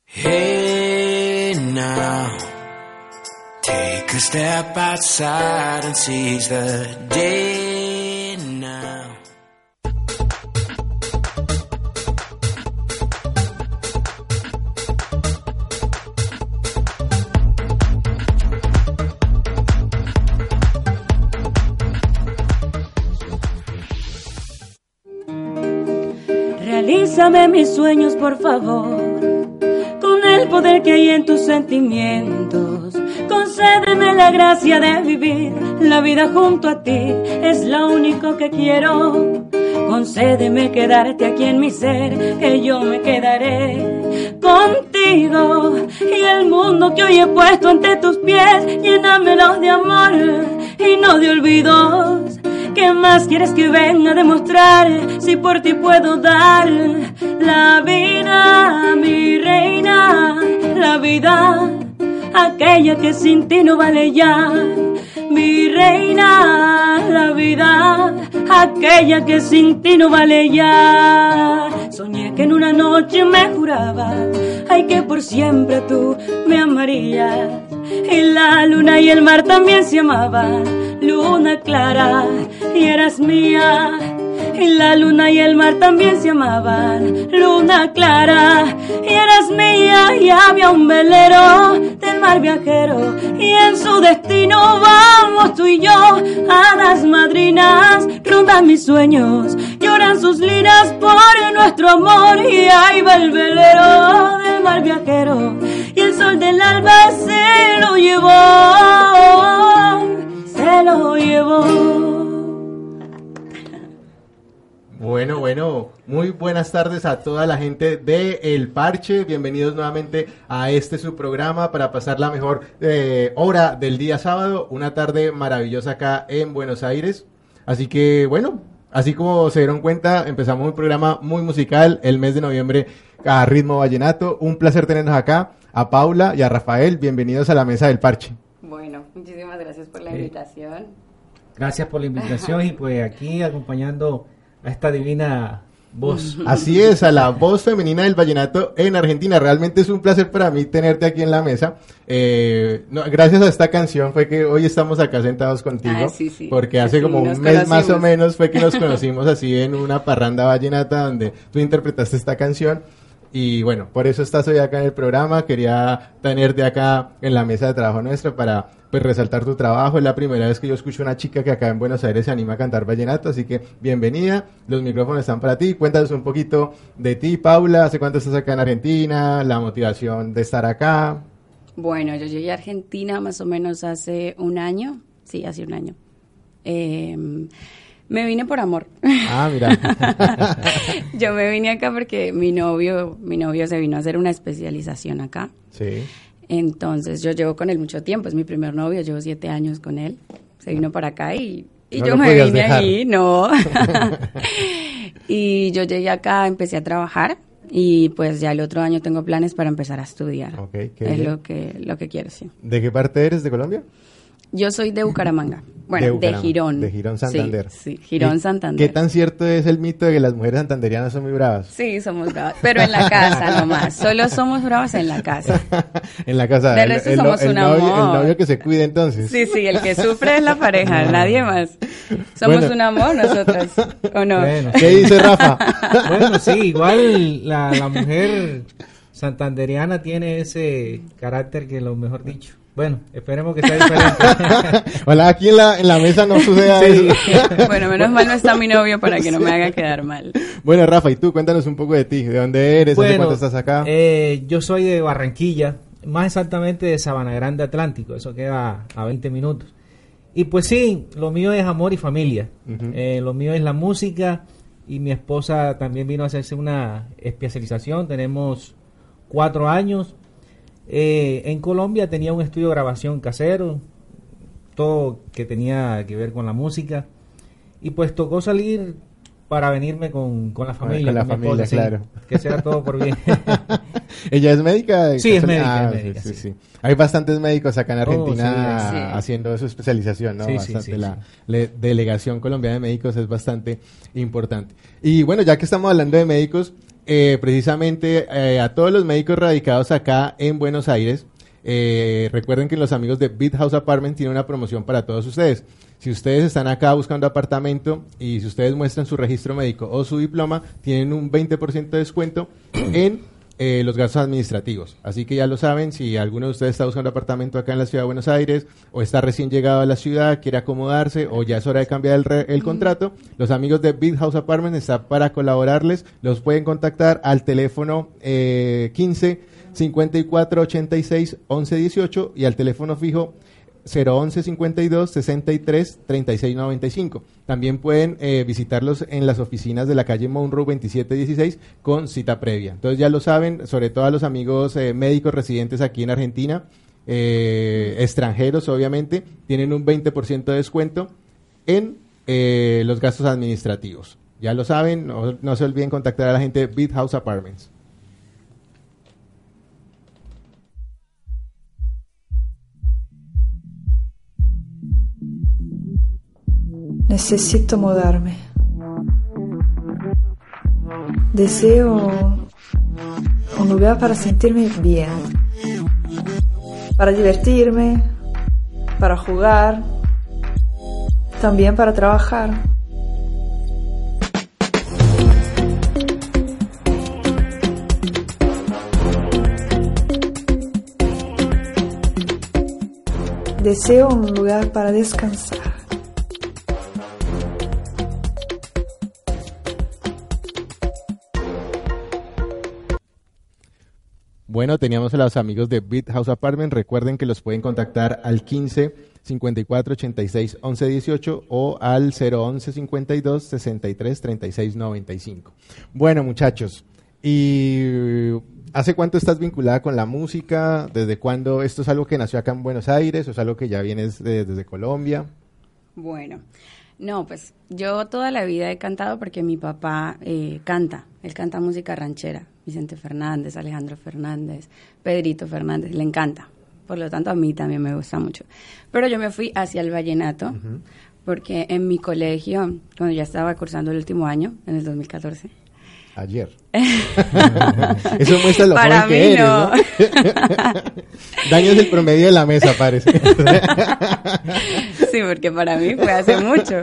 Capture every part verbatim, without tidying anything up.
Hey now, take a step outside and seize the day now. Realízame mis sueños, por favor, con el poder que hay en tus sentimientos. Concédeme la gracia de vivir la vida junto a ti, es lo único que quiero. Concédeme quedarte aquí en mi ser, que yo me quedaré contigo. Y el mundo que hoy he puesto ante tus pies, llénamelos de amor y no de olvidos. ¿Qué más quieres que venga a demostrar? Si por ti puedo dar la vida, mi reina, la vida, aquella que sin ti no vale ya. Mi reina, la vida, aquella que sin ti no vale ya. Soñé que en una noche me juraba, ay, que por siempre tú me amarías. Y la luna y el mar también se amaban, luna clara, y eras mía. Y la luna y el mar también se amaban, luna clara, y eras mía. Y había un velero del mar viajero, y en su destino vamos tú y yo. Hadas madrinas rondan mis sueños, lloran sus liras por nuestro amor. Y ahí va el velero del mar viajero, y el sol del alba se lo llevó, se lo llevó. Bueno, bueno, muy buenas tardes a toda la gente de El Parche. Bienvenidos nuevamente a este su programa para pasar la mejor eh, hora del día sábado, una tarde maravillosa acá en Buenos Aires. Así que, bueno, así como se dieron cuenta, empezamos un programa muy musical el mes de noviembre a ritmo vallenato. Un placer tenernos acá a Paula y a Rafael. Bienvenidos a la mesa del Parche. Bueno, muchísimas gracias por la invitación. Gracias por la invitación y pues aquí acompañando a esta divina voz. Así es, a la voz femenina del vallenato en Argentina. Realmente es un placer para mí tenerte aquí en la mesa. Eh, no, gracias a esta canción fue que hoy estamos acá sentados contigo. Ah, sí, sí. Porque hace sí, como un mes conocimos. Más o menos fue que nos conocimos así en una parranda vallenata donde tú interpretaste esta canción. Y bueno, por eso estás hoy acá en el programa. Quería tenerte acá en la mesa de trabajo nuestra para pues resaltar tu trabajo. Es la primera vez que yo escucho una chica que acá en Buenos Aires se anima a cantar vallenato, así que bienvenida. Los micrófonos están para ti. Cuéntanos un poquito de ti, Paula. ¿Hace cuánto estás acá en Argentina? La motivación de estar acá. Bueno, yo llegué a Argentina más o menos hace un año. Sí, hace un año. Eh... Me vine por amor. Ah, mira. Yo me vine acá porque mi novio, mi novio se vino a hacer una especialización acá. Sí. Entonces yo llevo con él mucho tiempo, es mi primer novio, llevo siete años con él. Se vino para acá y, y no yo me vine dejar. Ahí, no. Y yo llegué acá, empecé a trabajar y pues ya el otro año tengo planes para empezar a estudiar. Okay, es bien. lo que lo que quiero, sí. ¿De qué parte eres de Colombia? Yo soy de Bucaramanga. Bueno, de, Bucaramanga, de Girón. De Girón, Santander. Sí, sí, Girón, Santander. ¿Qué tan cierto es el mito de que las mujeres santanderianas son muy bravas? Sí, somos bravas, pero en la casa nomás. Solo somos bravas en la casa. En la casa. De resto el, el, somos el, un novio, amor. El novio que se cuide entonces. Sí, sí, el que sufre es la pareja, no. Nadie más. Somos bueno. un amor nosotros, ¿o no? Bueno, ¿qué dice Rafa? Bueno, sí, igual la, la mujer santanderiana tiene ese carácter que lo mejor dicho. Bueno, esperemos que sea diferente. Hola, aquí en la, en la mesa no suceda sí. eso. Bueno, menos mal no está mi novio para que no me haga quedar mal. Bueno, Rafa, y tú, cuéntanos un poco de ti. ¿De dónde eres? Bueno, ¿Hace cuánto estás acá? Eh, yo soy de Barranquilla, más exactamente de Sabana Grande Atlántico. Eso queda a veinte minutos. Y pues sí, lo mío es amor y familia. Uh-huh. Eh, lo mío es la música y mi esposa también vino a hacerse una especialización. Tenemos cuatro años. Eh, en Colombia tenía un estudio de grabación casero, todo que tenía que ver con la música, y pues tocó salir para venirme con, con la familia. Con la con familia, esposa, claro. Sí, que sea todo por bien. ¿Ella es médica? Sí, es médica. Ah, es médica sí, sí. Sí, sí. Hay bastantes médicos acá en Argentina oh, sí, sí. haciendo su especialización, ¿no? Sí, bastante sí, sí, la sí. Le, delegación colombiana de médicos es bastante importante. Y bueno, ya que estamos hablando de médicos, eh, precisamente eh, a todos los médicos radicados acá en Buenos Aires, eh, recuerden que los amigos de Beat House Apartment tienen una promoción para todos ustedes. Si ustedes están acá buscando apartamento y si ustedes muestran su registro médico o su diploma, tienen un veinte por ciento de descuento en eh, los gastos administrativos. Así que ya lo saben, si alguno de ustedes está buscando apartamento acá en la ciudad de Buenos Aires o está recién llegado a la ciudad, quiere acomodarse o ya es hora de cambiar el, re- el contrato, los amigos de Beat House Apartment están para colaborarles. Los pueden contactar al teléfono eh, quince cincuenta y cuatro ochenta y seis once dieciocho y al teléfono fijo cero once cincuenta y dos sesenta y tres treinta y seis noventa y cinco. También pueden eh, visitarlos en las oficinas de la calle Monroe veintisiete dieciséis con cita previa. Entonces ya lo saben, sobre todo a los amigos eh, médicos residentes aquí en Argentina, eh, extranjeros obviamente, tienen un veinte por ciento de descuento en eh, los gastos administrativos. Ya lo saben, no, no se olviden contactar a la gente de Beat House Apartments. Necesito mudarme. Deseo un lugar para sentirme bien, para divertirme, para jugar, también para trabajar. Deseo un lugar para descansar. Bueno, teníamos a los amigos de Beat House Apartment. Recuerden que los pueden contactar al quince cincuenta y cuatro ochenta y seis once dieciocho o al cero once cincuenta y dos sesenta y tres treinta y seis noventa y cinco. Bueno, muchachos, ¿y hace cuánto estás vinculada con la música? ¿Desde cuándo? ¿Esto es algo que nació acá en Buenos Aires o es algo que ya vienes de, desde Colombia? Bueno, no, pues yo toda la vida he cantado porque mi papá eh, canta. Él canta música ranchera. Vicente Fernández, Alejandro Fernández, Pedrito Fernández, le encanta. Por lo tanto, a mí también me gusta mucho. Pero yo me fui hacia el vallenato, uh-huh. porque en mi colegio, cuando ya estaba cursando el último año, en el dos mil catorce. Ayer. Eso muestra lo Para joven que mí eres, no. ¿no? Dañas el promedio de la mesa, parece. Sí, porque para mí fue hace mucho.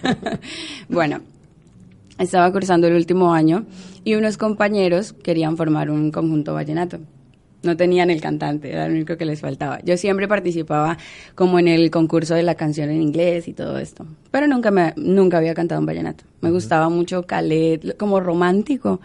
Bueno, estaba cursando el último año y unos compañeros querían formar un conjunto vallenato. No tenían el cantante, era lo único que les faltaba. Yo siempre participaba como en el concurso de la canción en inglés y todo esto, pero nunca me nunca había cantado un vallenato. Me gustaba mucho Calet, como romántico,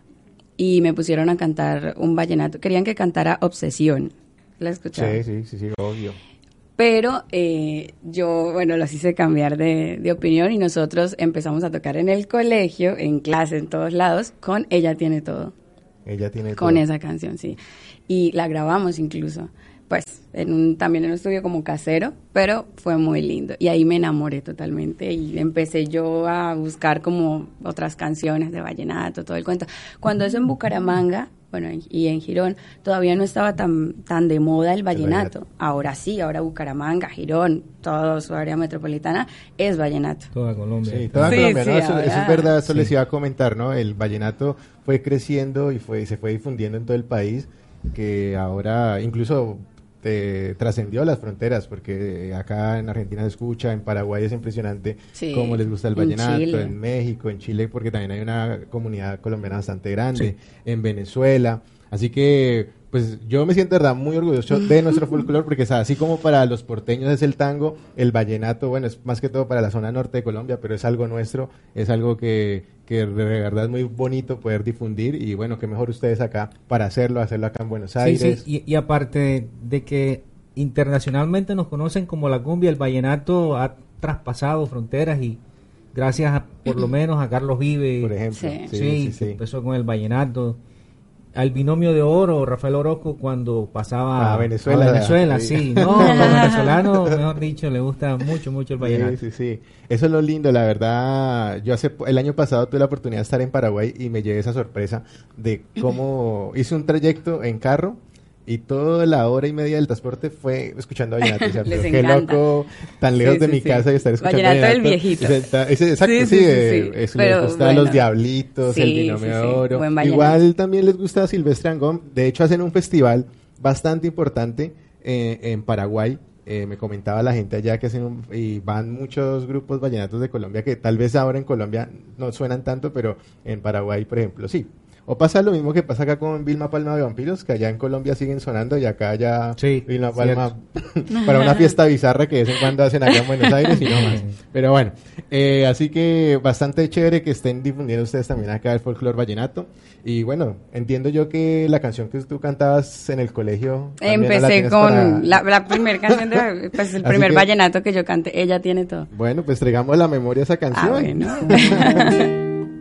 y me pusieron a cantar un vallenato. Querían que cantara Obsesión. ¿La escucharon? Sí, sí, sí, sí, obvio. Pero eh, yo, bueno, los hice cambiar de, de opinión y nosotros empezamos a tocar en el colegio, en clase, en todos lados, con Ella Tiene Todo. Ella Tiene Todo. Con esa canción, sí. Y la grabamos incluso, pues, en un, también en un estudio como casero, pero fue muy lindo. Y ahí me enamoré totalmente y empecé yo a buscar como otras canciones de vallenato, todo el cuento. Cuando eso en Bucaramanga, bueno, y en Girón, todavía no estaba tan tan de moda el vallenato. el vallenato. Ahora sí, ahora Bucaramanga, Girón, toda su área metropolitana es vallenato. Toda Colombia. Sí, toda sí, Colombia, sí, ¿no? Eso, ahora, eso es verdad, eso sí. les iba a comentar, ¿no? El vallenato fue creciendo y fue se fue difundiendo en todo el país, que ahora incluso eh, trascendió las fronteras, porque acá en Argentina se escucha, en Paraguay es impresionante sí, cómo les gusta el vallenato, en, en México, en Chile, porque también hay una comunidad colombiana bastante grande, sí. en Venezuela, así que pues yo me siento de verdad muy orgulloso de nuestro folclore, porque así como para los porteños es el tango, el vallenato, bueno, es más que todo para la zona norte de Colombia, pero es algo nuestro, es algo que, que de verdad es muy bonito poder difundir, y bueno, que mejor ustedes acá para hacerlo, hacerlo acá en Buenos Aires. Sí, sí. Y, y aparte de que internacionalmente nos conocen como la cumbia, el vallenato ha traspasado fronteras y gracias a, por lo menos a Carlos Vive, por ejemplo, sí, sí, sí, sí, sí. que empezó con el vallenato. Al binomio de oro, Rafael Orozco, cuando pasaba a Venezuela. A Venezuela, sí. sí. No, a los venezolanos, mejor dicho, le gusta mucho, mucho el vallenato. Sí, sí, sí. Eso es lo lindo, la verdad. Yo hace el año pasado tuve la oportunidad de estar en Paraguay y me llevé esa sorpresa de cómo hice un trayecto en carro y toda la hora y media del transporte fue escuchando vallenato. O sea, pero qué loco, tan lejos sí, sí, de mi sí. casa y estar escuchando vallenato. Vallenato del viejito. Ese, ese, exacto, sí, sí, sí, sí. Es, les gusta bueno. Los Diablitos, sí, el Binomio de sí, Oro. Igual también les gusta Silvestre Dangond. De hecho, hacen un festival bastante importante eh, en Paraguay. Eh, me comentaba la gente allá que hacen un, y van muchos grupos vallenatos de Colombia que tal vez ahora en Colombia no suenan tanto, pero en Paraguay, por ejemplo, sí. O pasa lo mismo que pasa acá con Vilma Palma de Vampiros, que allá en Colombia siguen sonando y acá ya sí, Vilma Palma para una fiesta bizarra que de vez en cuando hacen acá en Buenos Aires y no más. Pero bueno, eh, así que bastante chévere que estén difundiendo ustedes también acá el folclore vallenato. Y bueno, entiendo yo que la canción que tú cantabas en el colegio... Empecé con para... la, la primera canción, de, pues el primer que, vallenato que yo canté, ella tiene todo. Bueno, pues traigamos la memoria a esa canción. Ah, bueno.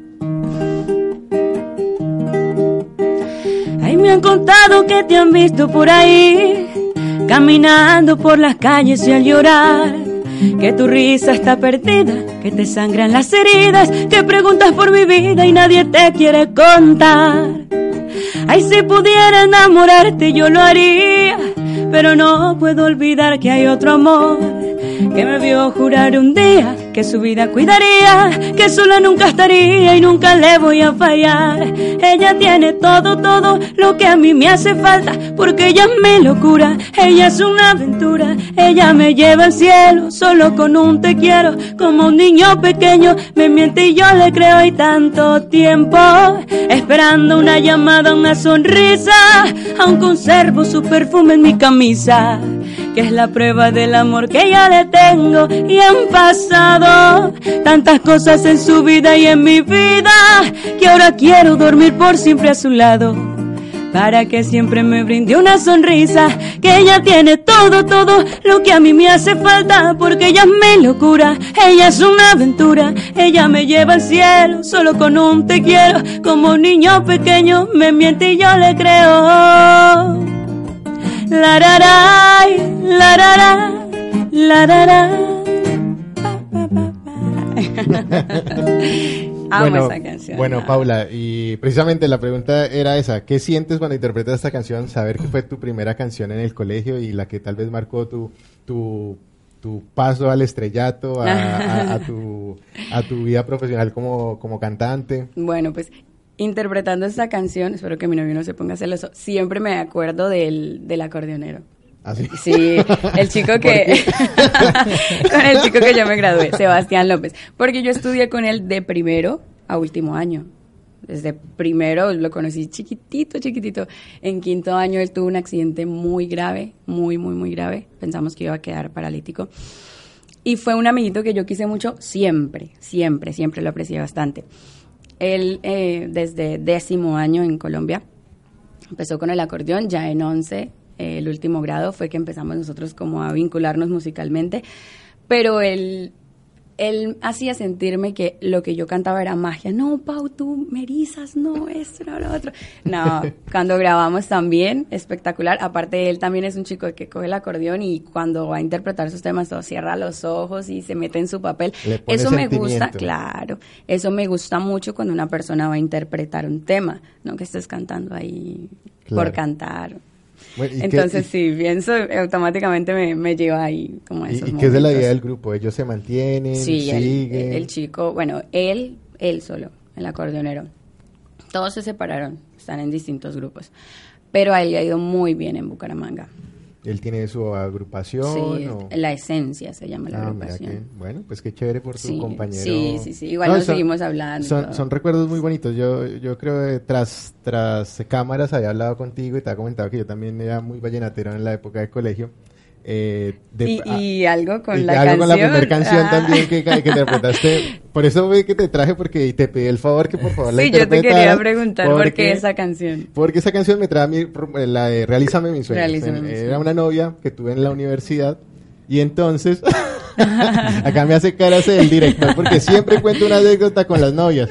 Ay, me han contado que te han visto por ahí, caminando por las calles y al llorar, que tu risa está perdida, que te sangran las heridas, que preguntas por mi vida y nadie te quiere contar. Ay, si pudiera enamorarte yo lo haría, pero no puedo olvidar que hay otro amor que me vio jurar un día que su vida cuidaría, que sola nunca estaría y nunca le voy a fallar. Ella tiene todo, todo lo que a mí me hace falta, porque ella es mi locura, ella es una aventura, ella me lleva al cielo solo con un te quiero, como un niño pequeño me miente y yo le creo. Y tanto tiempo esperando una llamada, una sonrisa, aún conservo su perfume en mi camisa, que es la prueba del amor que ya le tengo. Y han pasado tantas cosas en su vida y en mi vida, que ahora quiero dormir por siempre a su lado, para que siempre me brinde una sonrisa, que ella tiene todo, todo lo que a mí me hace falta, porque ella es mi locura, ella es una aventura, ella me lleva al cielo solo con un te quiero, como un niño pequeño me miente y yo le creo. La ra ra, la ra ra, la ra ra. Amo bueno, esa canción. Bueno, no. Paula, y precisamente la pregunta era esa: ¿qué sientes cuando interpretas esta canción? Saber que fue tu primera canción en el colegio y la que tal vez marcó tu tu, tu paso al estrellato, a, a, a tu a tu vida profesional como, como cantante. Bueno, pues interpretando esta canción, espero que mi novio no se ponga celoso, siempre me acuerdo del, del acordeonero. ¿Ah, sí? Sí, el chico que con el chico que yo me gradué, Sebastián López, porque yo estudié con él de primero a último año. Desde primero lo conocí chiquitito, chiquitito. En quinto año él tuvo un accidente muy grave, muy, muy, muy grave. Pensamos que iba a quedar paralítico. Y fue un amiguito que yo quise mucho siempre, siempre, siempre lo aprecié bastante. Él, eh, desde décimo año en Colombia, empezó con el acordeón, ya en once, eh, el último grado, fue que empezamos nosotros como a vincularnos musicalmente, pero él, él hacía sentirme que lo que yo cantaba era magia. No, Pau, tú me erizas, no, esto, no, lo otro. No, cuando grabamos también, espectacular. Aparte, él también es un chico que coge el acordeón y cuando va a interpretar sus temas, todo cierra los ojos y se mete en su papel. Eso me gusta, claro, eso me gusta mucho cuando una persona va a interpretar un tema, no que estés cantando ahí claro. por cantar. Bueno, entonces qué, y, sí, pienso, automáticamente me, me lleva ahí como a esos ¿Y, y qué es de la idea del grupo? ¿Ellos se mantienen, sí, siguen? El, el chico, bueno, él, él solo, el acordeonero. Todos se separaron, están en distintos grupos, pero a él le ha ido muy bien en Bucaramanga. ¿Él tiene su agrupación? Sí, o... La Esencia se llama la ah, agrupación. Que, bueno, pues qué chévere por tu sí, compañero. Sí, sí, sí, igual no, nos son, seguimos hablando. Son, son recuerdos muy bonitos. Yo yo creo que tras, tras cámaras había hablado contigo y te había comentado que yo también era muy vallenatero en la época de colegio. Eh, de, y, y a, algo con y la algo canción. con la primera canción ah. también que, que interpretaste. Por eso ve que te traje, porque te pedí el favor que por favor sí, la Sí, interpretaras. yo te quería preguntar porque, por qué esa canción. Porque esa canción me trae a mí la de Realízame mis sueños. Realízame en, mis era sueños. Una novia que tuve en la universidad y entonces acá me hace caras el director porque siempre cuento una anécdota con las novias.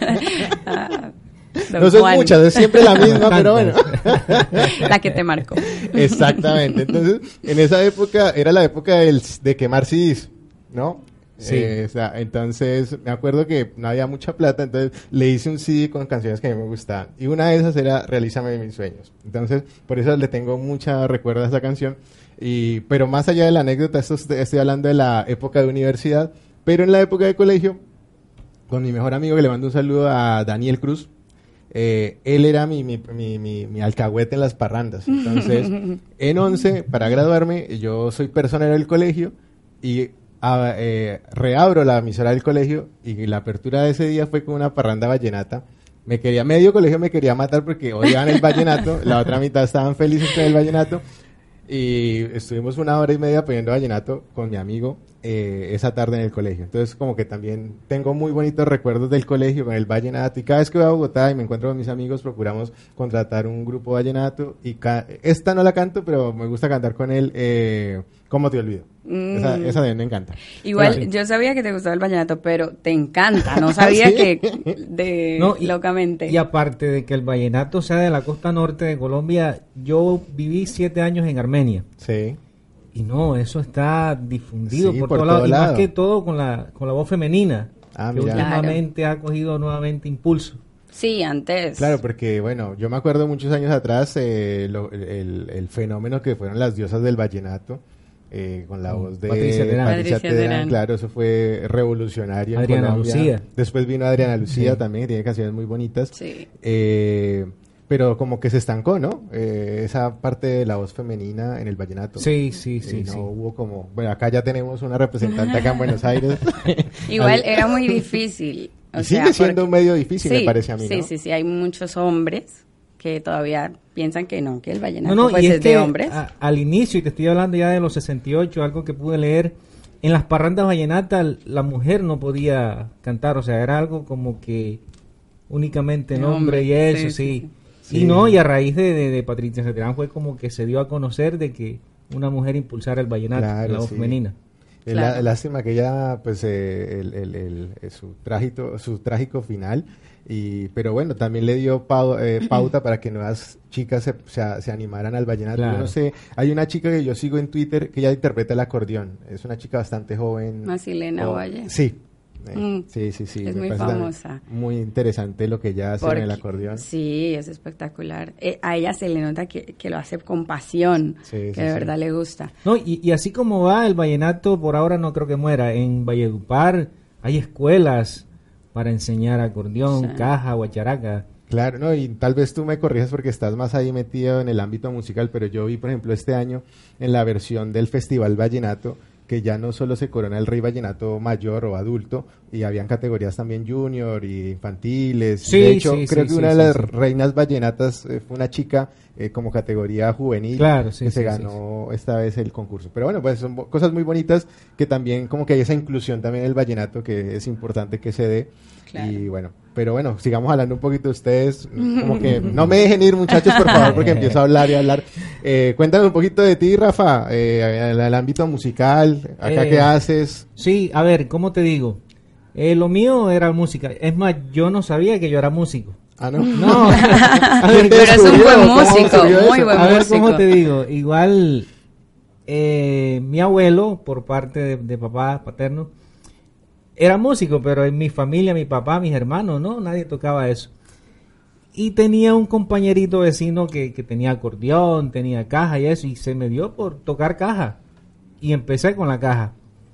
ah. Don no son Juan. Muchas, es siempre la misma, pero bueno. La que te marcó. Exactamente. Entonces, en esa época, era la época del, de quemar C Ds, ¿no? Sí. Eh, o sea, entonces, me acuerdo que no había mucha plata, entonces le hice un C D con canciones que a mí me gustaban. Y una de esas era Realízame mis sueños. Entonces, por eso le tengo mucha recuerdo a esa canción. Y, pero más allá de la anécdota, esto estoy hablando de la época de universidad, pero en la época de colegio, con mi mejor amigo, que le mando un saludo a Daniel Cruz, eh, él era mi, mi, mi, mi, mi alcahuete en las parrandas. Entonces, en once, para graduarme, yo soy personero del colegio y a, eh, reabro la emisora del colegio, y la apertura de ese día fue con una parranda vallenata. Me quería, medio colegio me quería matar porque odiaban el vallenato, la otra mitad estaban felices con el vallenato, y estuvimos una hora y media poniendo vallenato con mi amigo eh, esa tarde en el colegio. Entonces, como que también tengo muy bonitos recuerdos del colegio con el vallenato, y cada vez que voy a Bogotá y me encuentro con mis amigos, procuramos contratar un grupo vallenato, y ca- esta no la canto, pero me gusta cantar con él, eh, ¿Cómo te olvido? Mm. Esa, esa de me encanta. Igual, pero, sí. Yo sabía que te gustaba el vallenato, pero te encanta, no sabía ¿Sí? que de no, y, locamente. Y aparte de que el vallenato sea de la costa norte de Colombia, yo viví siete años en Armenia. Sí. Y no, eso está difundido sí, por, por todos todo lados, lado. y más que todo con la con la voz femenina, ah, que mira. últimamente claro. ha cogido nuevamente impulso. Sí, antes. Claro, porque bueno, yo me acuerdo muchos años atrás eh, lo, el, el fenómeno que fueron las diosas del vallenato, eh, con la voz de Patricia Terán. Patricia Terán, claro, eso fue revolucionario en Adriana Colombia. Lucía. Después vino Adriana Lucía sí. también, que tiene canciones muy bonitas. Sí. Eh, pero como que se estancó, ¿no? Eh, esa parte de la voz femenina en el vallenato. Sí, sí, sí. Y no sí. hubo como... Bueno, acá ya tenemos una representante acá en Buenos Aires. Igual era muy difícil. O y sea, sigue siendo porque... un medio difícil, sí, me parece a mí, sí, ¿no? Sí, sí, sí. Hay muchos hombres que todavía piensan que no, que el vallenato no, no, pues y es, es que de hombres. A, al inicio, y te estoy hablando ya de los sesenta y ocho, algo que pude leer, en las parrandas vallenatas la mujer no podía cantar, o sea, era algo como que únicamente de nombre hombre, y eso, sí, sí. sí. sí. Y no, y a raíz de, de, de Patricia Terán fue como que se dio a conocer de que una mujer impulsara el vallenato, claro, la voz sí. femenina. Es claro. la, lástima que ya, pues, eh, el, el, el, el, su, trágico, su trágico final, y pero bueno, también le dio pau, eh, pauta para que nuevas chicas se, se, se animaran al vallenato. Claro. Yo no sé, hay una chica que yo sigo en Twitter que ella interpreta el acordeón, es una chica bastante joven. Masilena oh, Valle. Sí. Eh, mm. Sí, sí, sí. Es muy famosa. Muy interesante lo que ella hace Porque, en el acordeón. Sí, es espectacular. Eh, a ella se le nota que, que lo hace con pasión, sí, que sí, de sí. verdad le gusta. No, y, y así como va el vallenato, por ahora no creo que muera. En Valledupar hay escuelas para enseñar acordeón, sí. caja, guacharaca. Claro, no, y tal vez tú me corrijas porque estás más ahí metido en el ámbito musical, pero yo vi, por ejemplo, este año en la versión del Festival Vallenato, que ya no solo se corona el Rey Vallenato mayor o adulto, y habían categorías también junior y infantiles. Sí, de hecho, sí, creo sí, que sí, una sí, de las sí. reinas vallenatas eh, fue una chica eh, como categoría juvenil, claro, sí, que sí, se sí, ganó sí. esta vez el concurso. Pero bueno, pues son cosas muy bonitas que también como que hay esa inclusión también del vallenato que es importante que se dé. Claro. Y bueno, pero bueno, sigamos hablando un poquito de ustedes, como que no me dejen ir, muchachos, por favor, porque empiezo a hablar y a hablar. Eh, cuéntanos un poquito de ti, Rafa, eh, el, el ámbito musical, acá eh, qué haces. Sí, a ver, ¿cómo te digo? Eh, lo mío era música, es más, yo no sabía que yo era músico. Ah, ¿no? No, a ver, pero es un buen músico, muy buen a ver, músico. ¿cómo te digo? Igual, eh, mi abuelo, por parte de, de papá paterno, era músico, pero en mi familia, mi papá, mis hermanos, no, nadie tocaba eso. Y tenía un compañerito vecino que, que tenía acordeón, tenía caja y eso, y se me dio por tocar caja. Y empecé con la caja.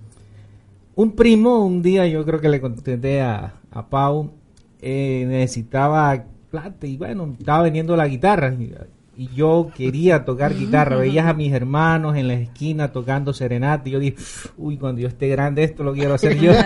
Un primo, un día yo creo que le conté a, a Pau, eh, necesitaba plata y bueno, estaba vendiendo la guitarra. Y, y yo quería tocar guitarra, veías a mis hermanos en la esquina tocando serenata y yo dije, uy, cuando yo esté grande esto lo quiero hacer yo.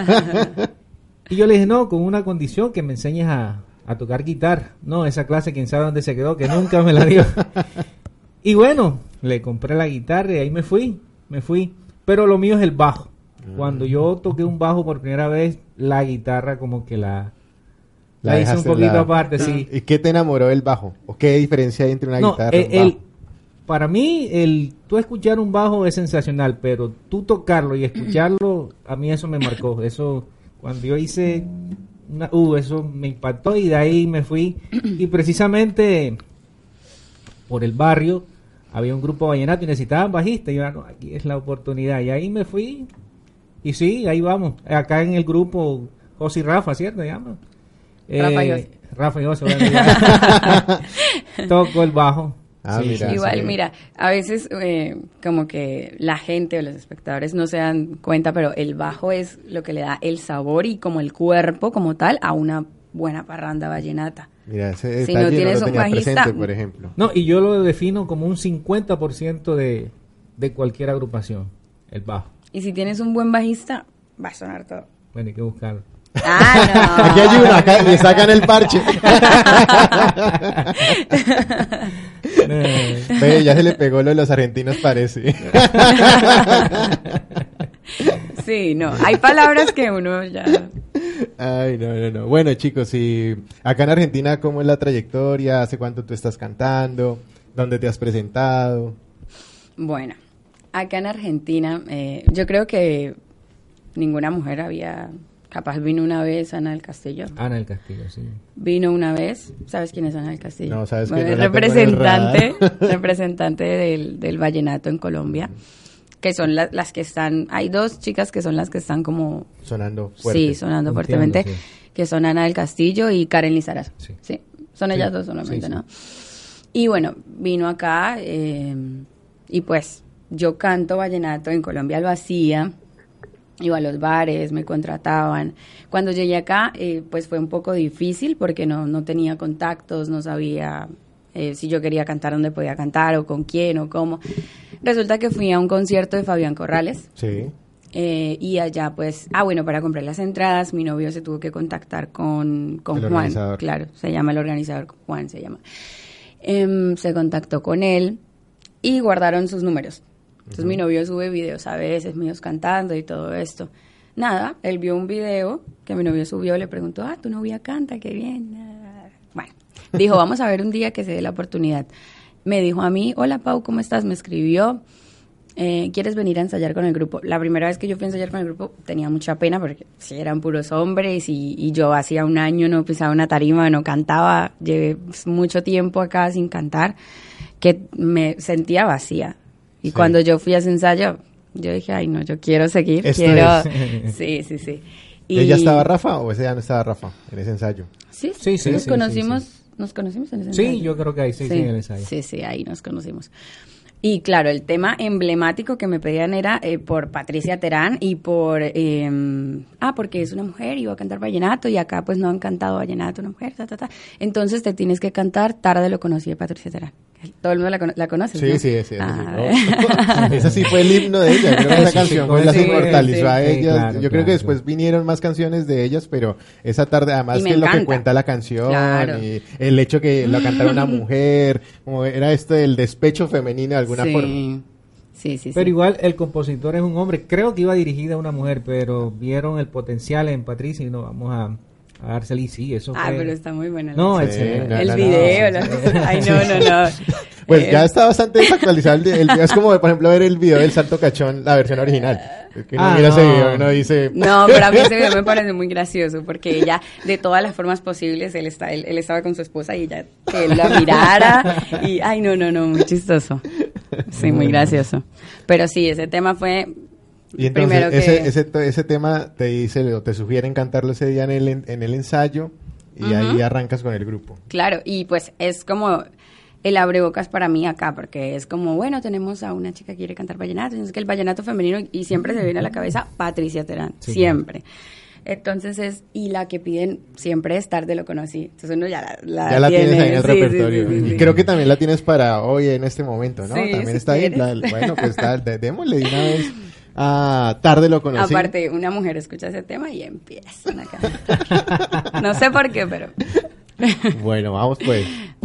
Y yo le dije, no, con una condición, que me enseñes a, a tocar guitarra. No, esa clase quién sabe dónde se quedó, que nunca me la dio. Y bueno, le compré la guitarra y ahí me fui, me fui. Pero lo mío es el bajo. Cuando yo toqué un bajo por primera vez, la guitarra como que la... La, la hice un poquito la... aparte, sí. ¿Y qué te enamoró del bajo? ¿O qué diferencia hay entre una no, guitarra y un el, bajo? Para mí, el tú escuchar un bajo es sensacional, pero tú tocarlo y escucharlo, a mí eso me marcó. Eso, cuando yo hice, una, uh, eso me impactó y de ahí me fui. Y precisamente por el barrio había un grupo vallenato y necesitaban bajista. Y yo, no, aquí es la oportunidad. Y ahí me fui Y sí, ahí vamos. Acá en el grupo, José y Rafa, ¿cierto? Llama. Rafa eh, y José. Rafa y José. Toco el bajo. Ah, sí, mira, igual, sí. mira, a veces eh, como que la gente o los espectadores no se dan cuenta, pero el bajo es lo que le da el sabor y como el cuerpo como tal a una buena parranda vallenata. Mira, ese Si no detalle tienes lo un tenía bajista- presente, por ejemplo. No, y yo lo defino como un cincuenta por ciento de, de cualquier agrupación, el bajo. Y si tienes un buen bajista, va a sonar todo. Bueno, hay que buscarlo. Ah, no. Aquí hay uno, acá le sacan el parche. Ve, ya se le pegó lo de los argentinos, parece. Sí, no, hay palabras que uno ya... Ay, no, no, no. Bueno, chicos, y acá en Argentina, ¿cómo es la trayectoria? ¿Hace cuánto tú estás cantando? ¿Dónde te has presentado? Bueno, acá en Argentina, eh, yo creo que ninguna mujer había... Capaz vino una vez Ana del Castillo. Ana del Castillo, sí. Vino una vez, ¿sabes quién es Ana del Castillo? No, sabes que Bueno, no es la tengo en el representante, radar. representante del, del vallenato en Colombia, que son la- las que están, hay dos chicas que son las que están como, Sonando fuerte. sí, sonando Punteando, fuertemente, sí. que son Ana del Castillo y Karen Lizarazo. Sí. Sí, son ellas Sí, dos solamente, sí, sí. ¿no? Y bueno, vino acá eh, y pues yo canto vallenato, en Colombia lo hacía. Iba a los bares, me contrataban. Cuando llegué acá, eh, pues fue un poco difícil porque no, no tenía contactos, no sabía eh, si yo quería cantar, dónde podía cantar o con quién o cómo. Resulta que fui a un concierto de Fabián Corrales Sí. eh, y allá pues, ah bueno, para comprar las entradas mi novio se tuvo que contactar con, con El Juan. organizador. Claro, se llama el organizador, Juan se llama. Em, se contactó con él y guardaron sus números. Entonces mi novio sube videos a veces míos cantando y todo esto. Nada, él vio un video que mi novio subió, le preguntó, ah, tu novia canta, qué bien. Bueno, dijo, vamos a ver un día que se dé la oportunidad. Me dijo a mí, hola Pau, ¿cómo estás? Me escribió, eh, ¿quieres venir a ensayar con el grupo? La primera vez que yo fui a ensayar con el grupo tenía mucha pena porque sí, eran puros hombres y, y yo hacía un año no pisaba una tarima, no cantaba, llevé mucho tiempo acá sin cantar, que me sentía vacía. Y Sí. cuando yo fui a ese ensayo, yo dije, ay, no, yo quiero seguir, Esto quiero... es. Sí, sí, sí. ¿Ella estaba Rafa o ese ya no estaba Rafa en ese ensayo? Sí, Sí, sí, nos sí, conocimos, sí, nos conocimos en ese Sí, ensayo. yo creo que ahí sí, sí, en el ensayo. Sí, sí, ahí nos conocimos. Y claro, el tema emblemático que me pedían era eh, por Patricia Terán y por... eh, ah, porque es una mujer y va a cantar vallenato y acá pues no han cantado vallenato una mujer, ta, ta, ta. Entonces te tienes que cantar Tarde lo conocí de Patricia Terán. Todo el mundo la, cono- la conoce. Sí, ¿no? sí, sí. sí, Ah, sí. Ese sí fue el himno de ella. Creo que esa Sí, canción sí, fue las sí, inmortalizó sí, a sí, ellas. claro, Yo creo claro, que después claro. vinieron más canciones de ellas, pero esa tarde, además Y me que es lo que encanta. cuenta la canción Claro. y el hecho que lo cantara una mujer, como era esto del despecho femenino de alguna sí. forma. Sí, sí, Pero sí. igual el compositor es un hombre. Creo que iba dirigida a una mujer, pero vieron el potencial en Patricia y no vamos a, a dársela. Y sí, eso Ah, fue... pero está muy buena. No, la- Sí, excelente. no, el no, video. no. la- Ay, no, no, no. Pues Eh, ya está bastante desactualizado el, el video. Es como, por ejemplo, ver el video del Salto Cachón, la versión original. Es que uno Ah, mira ese no. video y uno dice... No, pero a mí ese video me parece muy gracioso porque ella, de todas las formas posibles, él, está, él, él estaba con su esposa y ella, que él la mirara y, ay, no, no, no, muy chistoso. Sí, muy gracioso. Pero sí, ese tema fue Y entonces primero que... ese, ese, ese tema te dice o te sugieren cantarlo ese día en el, en el ensayo y Ujú. ahí arrancas con el grupo. Claro, y pues es como el abrebocas para mí acá, porque es como, bueno, tenemos a una chica que quiere cantar vallenato, y es que el vallenato femenino, y siempre se viene a la cabeza Patricia Terán, Sí, siempre. Entonces es, y la que piden siempre es Tarde lo conocí. Entonces uno ya la, la Ya la tiene, tienes ahí en el sí, sí, repertorio. sí, sí, y sí. creo que también la tienes para hoy en este momento, ¿no? Sí, también si está ahí. quieres. la- bueno, pues está, de- démosle de una vez. Ah, tarde lo conocí. Aparte, una mujer escucha ese tema y empiezan a cantar. No sé por qué, pero... Bueno, vamos pues.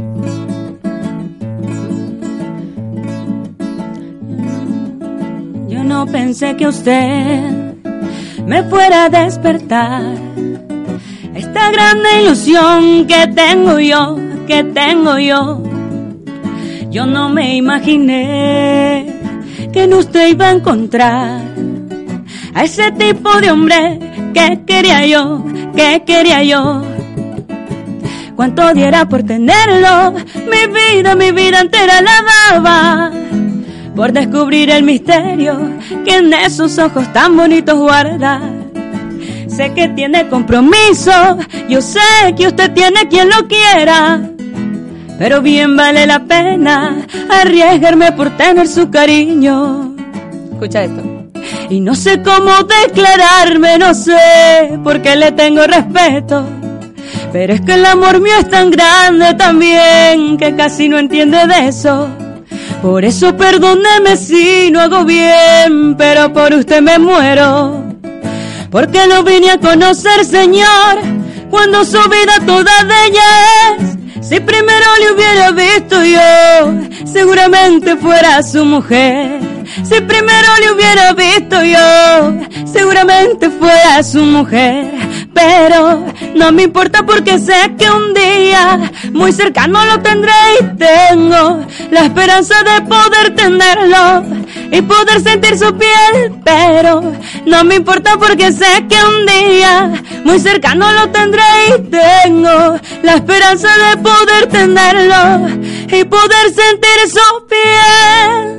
Yo no pensé que usted me fuera a despertar esta grande ilusión que tengo yo, que tengo yo. Yo no me imaginé que en usted iba a encontrar a ese tipo de hombre que quería yo, que quería yo. Cuánto diera por tenerlo, mi vida, mi vida entera la daba por descubrir el misterio que en esos ojos tan bonitos guarda. Sé que tiene compromiso, yo sé que usted tiene quien lo quiera, pero bien vale la pena arriesgarme por tener su cariño. Escucha esto. Y no sé cómo declararme, no sé por qué le tengo respeto, pero es que el amor mío es tan grande también que casi no entiende de eso. Por eso perdóneme si no hago bien, pero por usted me muero. Porque lo vine a conocer, señor, cuando su vida toda de ella es. Si primero le hubiera visto yo, seguramente fuera su mujer. Si primero le hubiera visto yo, seguramente fuera su mujer. Pero no me importa porque sé que un día muy cercano lo tendré y tengo la esperanza de poder tenerlo y poder sentir su piel. Pero no me importa porque sé que un día muy cercano lo tendré y tengo la esperanza de poder tenerlo y poder sentir su piel.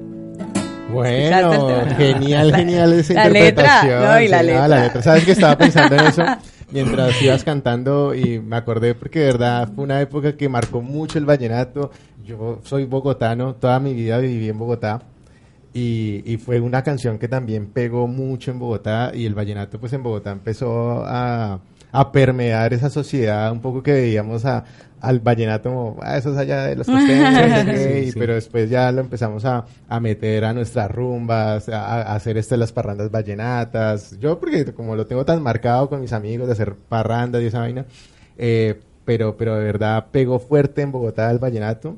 Bueno, genial, genial esa la interpretación. Letra, no, y la, sí, letra. No, la letra. ¿Sabes que estaba pensando en eso mientras ibas cantando y me acordé porque de verdad fue una época que marcó mucho el vallenato? Yo soy bogotano, toda mi vida viví en Bogotá y, y fue una canción que también pegó mucho en Bogotá y el vallenato pues en Bogotá empezó a, a permear esa sociedad un poco que veíamos a al vallenato como, ah, eso es allá de los costeños, okay, sí, sí. Pero después ya lo empezamos a, a meter a nuestras rumbas, a, a hacer este las parrandas vallenatas. Yo porque como lo tengo tan marcado con mis amigos de hacer parrandas y esa vaina, eh, pero, pero de verdad pegó fuerte en Bogotá el vallenato.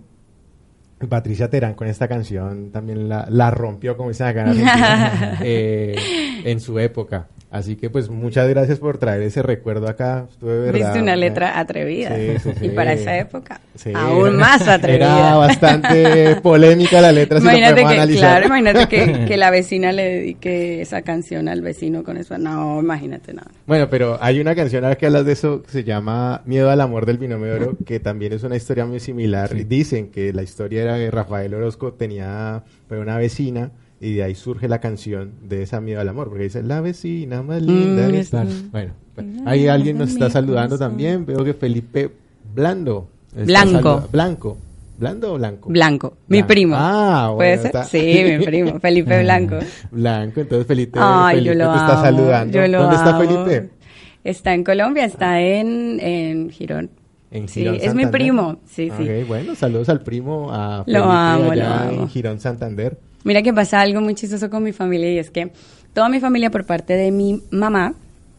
Patricia Terán con esta canción también la, la rompió, como dicen acá en Argentina, eh, en su época. Así que pues muchas gracias por traer ese recuerdo acá. Estuve, verdad, viste una letra eh, atrevida. Sí, sí, sí. Y para esa época, sí, aún era, más atrevida. Era bastante polémica la letra, imagínate si lo que, analizar. Claro, imagínate que, que la vecina le dedique esa canción al vecino con eso. No, imagínate nada. Bueno, pero hay una canción ahora que hablas de eso que se llama Miedo al amor del binomio de oro, que también es una historia muy similar. Sí. Dicen que la historia era que Rafael Orozco tenía pues, una vecina y de ahí surge la canción de esa Miedo al amor, porque dice, la vecina más linda. Mm, es bueno, pues, ahí alguien nos está saludando también. Veo que Felipe Blando. Blanco. Blanco. ¿Blando o blanco? Blanco. Mi primo. Ah, bueno. ¿Puede ser? Está... Sí, mi primo. Felipe Blanco. Blanco, entonces Felipe, Ay, Felipe yo lo te amo, está saludando. Yo lo ¿Dónde amo. está Felipe? Está en Colombia, está en, en Girón. En sí, Girón, es mi primo. Sí, sí. Okay, bueno, saludos al primo, a Felipe, lo amo, allá lo amo. en Girón, Santander. Mira que pasa algo muy chistoso con mi familia y es que toda mi familia por parte de mi mamá,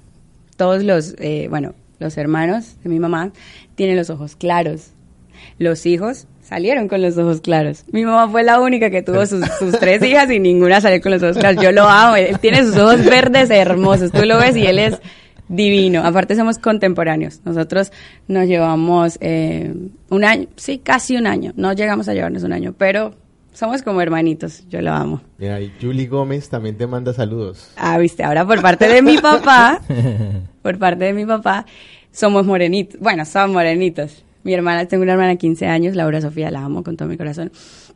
todos los, eh, bueno, los hermanos de mi mamá tienen los ojos claros. Los hijos salieron con los ojos claros. Mi mamá fue la única que tuvo sus, sus tres hijas y ninguna salió con los ojos claros. Yo lo amo, él tiene sus ojos verdes hermosos, tú lo ves y él es divino. Aparte somos contemporáneos. Nosotros nos llevamos eh, un año, sí, casi un año. No llegamos a llevarnos un año, pero somos como hermanitos. Yo lo amo. Mira, y Julie Gómez también te manda saludos. Ah, viste, ahora por parte de mi papá, por parte de mi papá, somos morenitos. Bueno, somos morenitos. Mi hermana, tengo una hermana de quince años, Laura Sofía, la amo con todo mi corazón.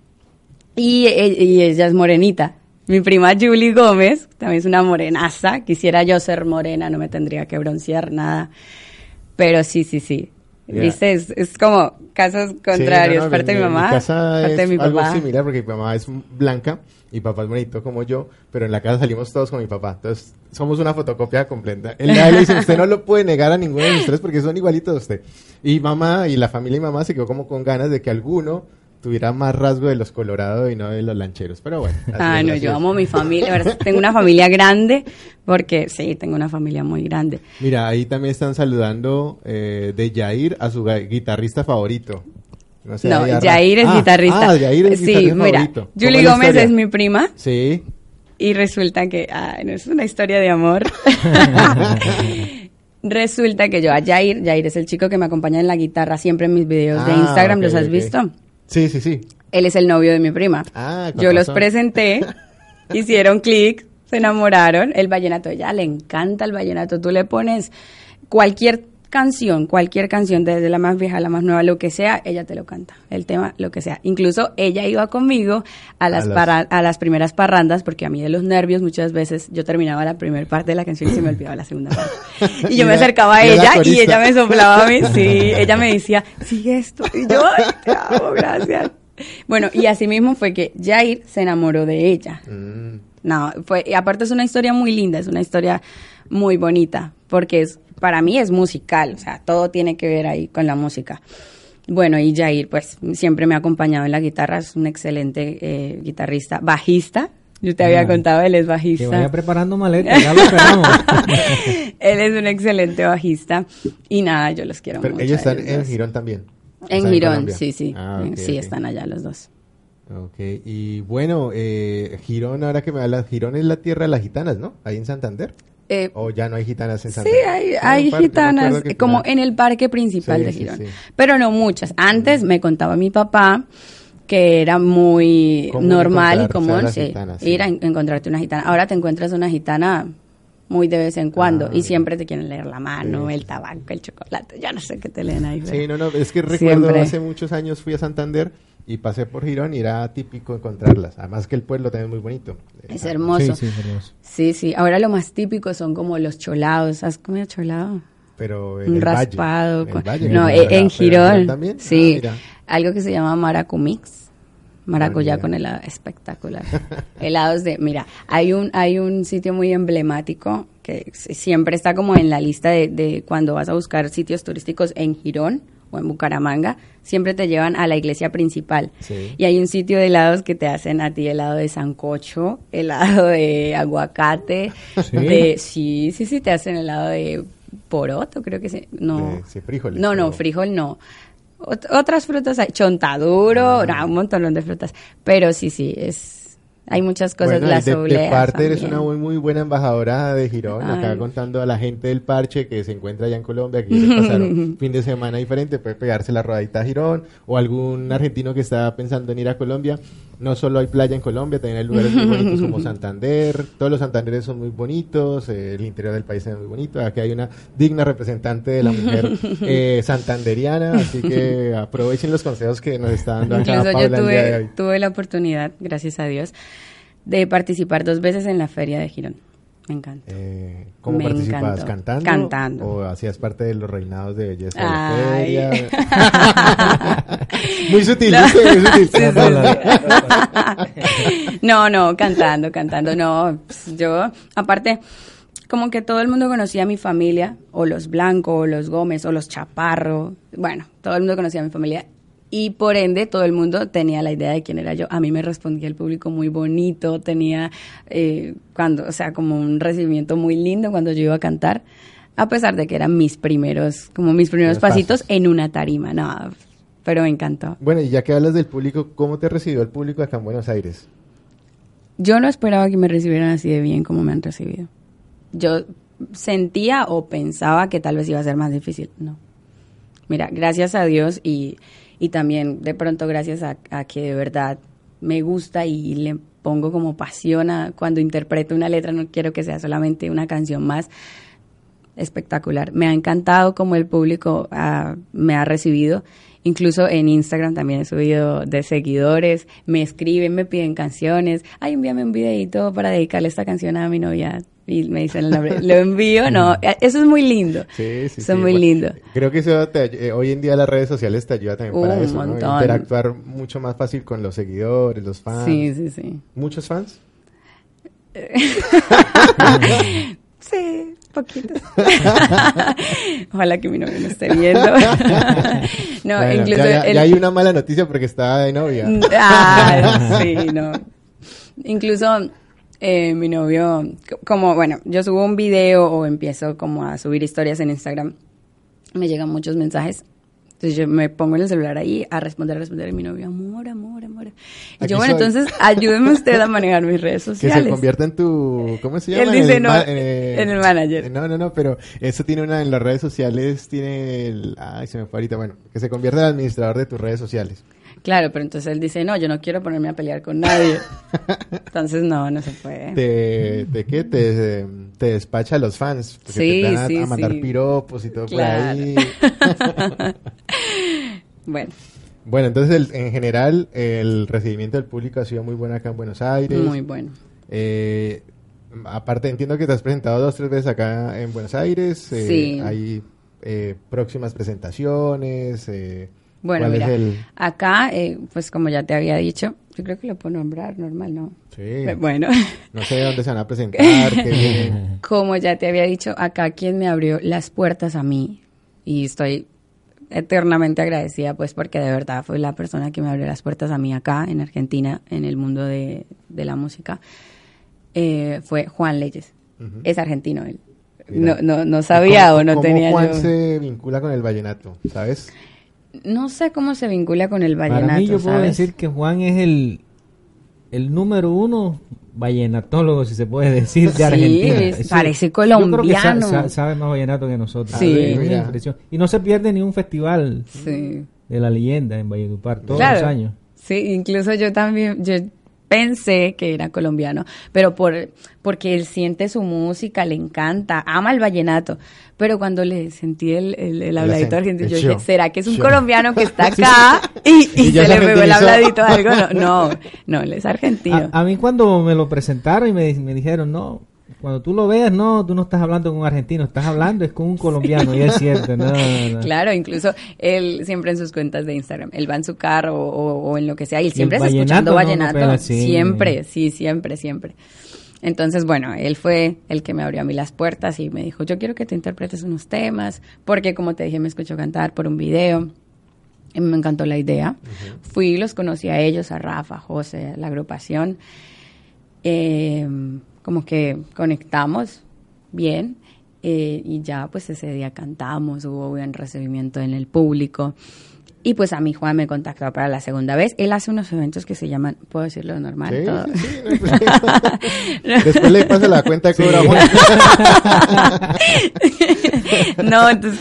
Y, y ella es morenita. Mi prima Julie Gómez, también es una morenaza. Quisiera yo ser morena, no me tendría que broncear, nada. Pero sí, sí, sí. Yeah. ¿Viste? Es, es como casos contrarios. Sí, no, no, parte mi, de mi mamá, mi casa parte es de mi algo papá. similar porque mi mamá es blanca y papá es bonito como yo, pero en la casa salimos todos con mi papá. Entonces, somos una fotocopia completa. Él le dice, usted no lo puede negar a ninguno de los tres porque son igualitos a usted. Y mamá y la familia y mamá se quedó como con ganas de que alguno tuviera más rasgo de los colorados y no de los lancheros, pero bueno. Ah, no, yo amo mi familia, verdad, tengo una familia grande, porque sí, tengo una familia muy grande. Mira, ahí también están saludando eh, de Yair a su guitarrista favorito. No, sé, no Yair es ah, guitarrista. Ah, Yair es sí, guitarrista mira, favorito. Julie Gómez es mi prima. Sí. Y resulta que, ah, no es una historia de amor. Resulta que yo a Yair, Yair es el chico que me acompaña en la guitarra siempre en mis videos ah, de Instagram, okay, ¿los has okay. visto? Sí, sí, sí. Él es el novio de mi prima. Ah, yo los presenté, hicieron clic, se enamoraron. El vallenato, a ella le encanta el vallenato. Tú le pones cualquier canción, cualquier canción, desde la más vieja a la más nueva, lo que sea, ella te lo canta, el tema, lo que sea. Incluso ella iba conmigo a las, a las... Para, a las primeras parrandas, porque a mí de los nervios muchas veces yo terminaba la primera parte de la canción y se me olvidaba la segunda parte. Y yo me acercaba a ella y ella me soplaba a mí, sí, ella me decía, sigue esto, y yo, ay, te amo, gracias. Bueno, y así mismo fue que Jair se enamoró de ella. Mm. No, fue, y aparte es una historia muy linda, es una historia muy bonita, porque es, para mí es musical, o sea, todo tiene que ver ahí con la música. Bueno, y Jair, pues, siempre me ha acompañado en la guitarra, es un excelente eh, guitarrista, bajista. Yo te había ah, contado, él es bajista. Que vaya preparando maletas, ya lo esperamos. Él es un excelente bajista, y nada, yo los quiero Pero mucho. Ellos están en Girón también. En Girón, sí, sí, ah, okay, sí, okay. Están allá los dos. Ok, y bueno, eh, Girón, ahora que me hablas, Girón es la tierra de las gitanas, ¿no? Ahí en Santander. Eh, ¿O ya no hay gitanas en Santander? Sí, hay, hay parque, gitanas, como en el parque principal sí, de Girón, sí, sí. Pero no muchas. Antes mm. me contaba mi papá que era muy normal y común sí, gitanas, sí. ir a encontrarte una gitana. Ahora te encuentras una gitana muy de vez en cuando, ah, y siempre te quieren leer la mano, sí. el tabaco, el chocolate, ya no sé qué te leen ahí. Sí, no, no, es que recuerdo siempre. Hace muchos años fui a Santander y pasé por Girón y era típico encontrarlas, además que el pueblo también es muy bonito. Es hermoso. Sí, sí, hermoso. Sí, sí, ahora lo más típico son como los cholados, ¿has comido cholado? Pero en un el raspado, valle, con... en el valle, no, en, en Girón, también, sí, ah, algo que se llama maracumix. Maracuyá con helado, espectacular. Helados de, mira, hay un hay un sitio muy emblemático que siempre está como en la lista de, de cuando vas a buscar sitios turísticos en Girón o en Bucaramanga, siempre te llevan a la iglesia principal. Sí. Y hay un sitio de helados que te hacen a ti helado de sancocho, helado de aguacate, ¿sí? De, sí, sí, sí, te hacen helado de poroto, creo que sí. No, de, sí, frijoles. No, no, frijol no. Ot- otras frutas hay, chontaduro, ah. no, un montón de frutas, pero sí, sí, es, hay muchas cosas, bueno, las de, obleas de parte también. Eres una muy, muy buena embajadora de Girón, Ay. Acá contando a la gente del parche que se encuentra allá en Colombia, que quiere pasar un fin de semana diferente, puede pegarse la rodadita a Girón, o algún argentino que está pensando en ir a Colombia. No solo hay playa en Colombia, también hay lugares muy bonitos como Santander, todos los Santanderes son muy bonitos, eh, el interior del país es muy bonito, aquí hay una digna representante de la mujer eh, santanderiana, así que aprovechen los consejos que nos está dando acá Incluso Paula yo el día de tuve, hoy. tuve la oportunidad, gracias a Dios, de participar dos veces en la feria de Girón. Me encanta. Eh, ¿Cómo Me participabas? encantó. ¿Cantando? Cantando. ¿O hacías parte de los reinados de belleza Ay. de la feria? Muy sutil, No. ¿viste? Muy sutil. Sí, sí, sí. No, no, cantando, cantando, no. Yo, aparte, como que todo el mundo conocía a mi familia, o los Blanco, o los Gómez, o los Chaparro. Bueno, todo el mundo conocía a mi familia. Y por ende, todo el mundo tenía la idea de quién era yo. A mí me respondía el público muy bonito, tenía, eh, cuando, o sea, como un recibimiento muy lindo cuando yo iba a cantar, a pesar de que eran mis primeros, como mis primeros Los pasitos pasos. en una tarima, no, pero me encantó. Bueno, y ya que hablas del público, ¿cómo te recibió el público acá en Buenos Aires? Yo no esperaba que me recibieran así de bien como me han recibido. Yo sentía o pensaba que tal vez iba a ser más difícil, no. Mira, gracias a Dios y... Y también, de pronto, gracias a, a que de verdad me gusta y le pongo como pasión a cuando interpreto una letra, no quiero que sea solamente una canción más, espectacular. Me ha encantado cómo el público uh, me ha recibido. Incluso en Instagram también he subido de seguidores, me escriben, me piden canciones. Ay, envíame un videito para dedicarle esta canción a mi novia. Y me dicen el nombre. Lo envío, no. Eso es muy lindo. Sí, sí, Eso es sí. muy Bueno, lindo. creo que eso te, eh, hoy en día las redes sociales te ayudan también para Un eso, ¿no? montón. Interactuar mucho más fácil con los seguidores, los fans. Sí, sí, sí. ¿Muchos fans? Sí, poquitos. Ojalá que mi novio no esté viendo. No, Bueno, incluso ya, ya, el... ya hay una mala noticia porque estaba de novia. Ah, sí, no. Incluso eh, mi novio, como, bueno, yo subo un video o empiezo como a subir historias en Instagram, me llegan muchos mensajes. Entonces yo me pongo en el celular ahí a responder, a responder, y mi novio, amor, amor, amor. Y Aquí yo, bueno, soy. entonces ayúdeme usted a manejar mis redes Que sociales. se convierta en tu... ¿Cómo se llama? Él dice, en no, ma- eh, en el manager. No, no, no, pero eso tiene una... En las redes sociales tiene el... Ay, se me fue ahorita. Bueno, que se convierta en el administrador de tus redes sociales. Claro, pero entonces él dice, no, yo no quiero ponerme a pelear con nadie. Entonces, no, no se puede. ¿De, de qué? Te, te despacha a los fans. Porque sí, te van a, sí, a mandar sí. piropos y todo claro. por ahí. Bueno. Bueno, entonces, el, en general, el recibimiento del público ha sido muy bueno acá en Buenos Aires. Muy bueno. Eh, aparte, entiendo que te has presentado dos, tres veces acá en Buenos Aires. Eh, sí. Hay eh, próximas presentaciones. Eh, bueno, ¿cuál mira, es el...? acá, eh, pues como ya te había dicho, yo creo que lo puedo nombrar normal, ¿no? Sí. Bueno. No sé dónde se van a presentar. qué vienen. Como ya te había dicho, acá quien me abrió las puertas a mí, y estoy eternamente agradecida, pues, porque de verdad fue la persona que me abrió las puertas a mí acá, en Argentina, en el mundo de, de la música, eh, fue Juan Leyes. Uh-huh. Es argentino él. No, no, no sabía ¿Cómo, o no cómo tenía Juan yo... se vincula con el vallenato, sabes? No sé cómo se vincula con el vallenato, Para mí yo puedo ¿sabes? decir que Juan es el, el número uno vallenatólogo, si se puede decir, de Argentina. Sí, es, parece colombiano. Yo creo que sabe, sabe, sabe más vallenato que nosotros. Sí. Es una impresión. Y no se pierde ni un festival sí. de la leyenda en Valledupar, todos claro. los años. Sí, incluso yo también, yo pensé que era colombiano, pero por porque él siente su música, le encanta, ama el vallenato, pero cuando le sentí el, el, el habladito argentino, yo dije, ¿será que es un colombiano que está acá y, y, y se le pegó el habladito o algo? No, no, no, él es argentino. A, a mí cuando me lo presentaron y me, me dijeron, no, cuando tú lo veas, no, tú no estás hablando con un argentino, estás hablando es con un colombiano, sí. Y es cierto, no, no. Claro, incluso él siempre en sus cuentas de Instagram, él va en su carro o, o, o en lo que sea, y él siempre está escuchando vallenato, no, no, sí. siempre, sí, siempre, siempre. Entonces, bueno, él fue el que me abrió a mí las puertas y me dijo, yo quiero que te interpretes unos temas, porque como te dije, me escuchó cantar por un video. Y me encantó la idea. Uh-huh. Fui, los conocí a ellos, a Rafa, a José, a la agrupación. Eh, como que conectamos bien eh, y ya pues ese día cantamos, hubo buen recibimiento en el público. Y pues a mí Juan me contactó para la segunda vez. Él hace unos eventos que se llaman, ¿puedo decirlo normal? Sí, todo? sí, sí. Después le pasa la cuenta de cobra Juan. No, entonces...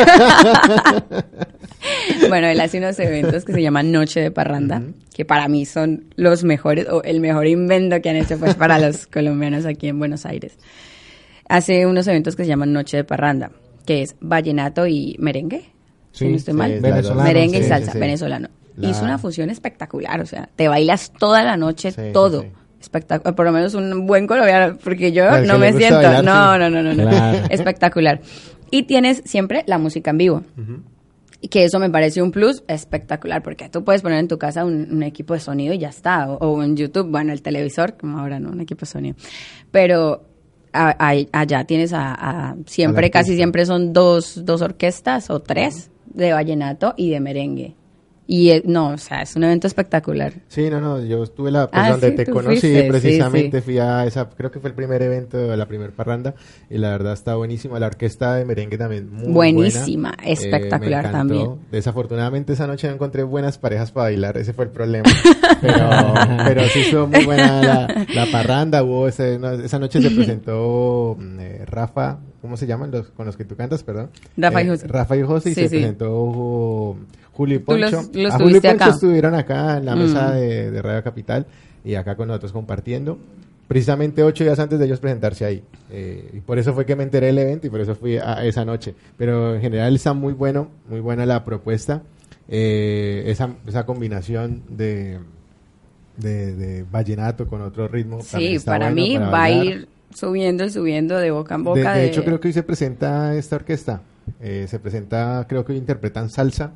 Bueno, él hace unos eventos que se llaman Noche de Parranda, uh-huh. que para mí son los mejores, o el mejor invento que han hecho pues para los colombianos aquí en Buenos Aires. Hace unos eventos que se llaman Noche de Parranda, que es vallenato y merengue. Sí, si no estoy sí, mal, venezolano, merengue sí, y salsa, sí, sí. venezolano. La... Hizo una fusión espectacular, o sea, te bailas toda la noche, sí, todo. Sí, sí. Espectacular, por lo menos un buen colombiano, porque yo claro, no me siento, bailar, no, sí. no, no, no, no, claro. Espectacular. Y tienes siempre la música en vivo. Uh-huh. Y que eso me parece un plus espectacular, porque tú puedes poner en tu casa un, un equipo de sonido y ya está, o, o en YouTube, bueno, el televisor, como ahora no, un equipo de sonido. Pero a, a, allá tienes a, a siempre, a casi siempre son dos, dos orquestas o tres. Uh-huh. De vallenato y de merengue. Y eh, no, o sea, es un evento espectacular. Sí, no, no, yo estuve la, pues, ah, donde sí, te conocí, fuiste, precisamente sí, sí. fui a esa, creo que fue el primer evento de la primer parranda, y la verdad está buenísima, la orquesta de merengue también muy buenísima, buena. espectacular eh, también. Desafortunadamente esa noche no encontré buenas parejas para bailar, ese fue el problema, pero, pero sí estuvo muy buena la, la parranda, hubo ese, no, esa noche se presentó eh, Rafa, ¿cómo se llaman los con los que tú cantas, perdón? Rafa eh, y José. Rafa y José, y sí, se sí. presentó uh, Julio y Poncho. Los, los a Julio y Poncho acá. estuvieron acá en la mesa mm. de, de Radio Capital y acá con nosotros compartiendo. Precisamente ocho días antes de ellos presentarse ahí. Eh, y por eso fue que me enteré del evento y por eso fui a esa noche. Pero en general está muy bueno, muy buena la propuesta. Eh, esa, esa combinación de, de, de vallenato con otro ritmo. Sí, para bueno mí para va a ir subiendo y subiendo de boca en boca. De, de de... hecho, creo que hoy se presenta esta orquesta. Eh, se presenta, creo que hoy interpretan salsa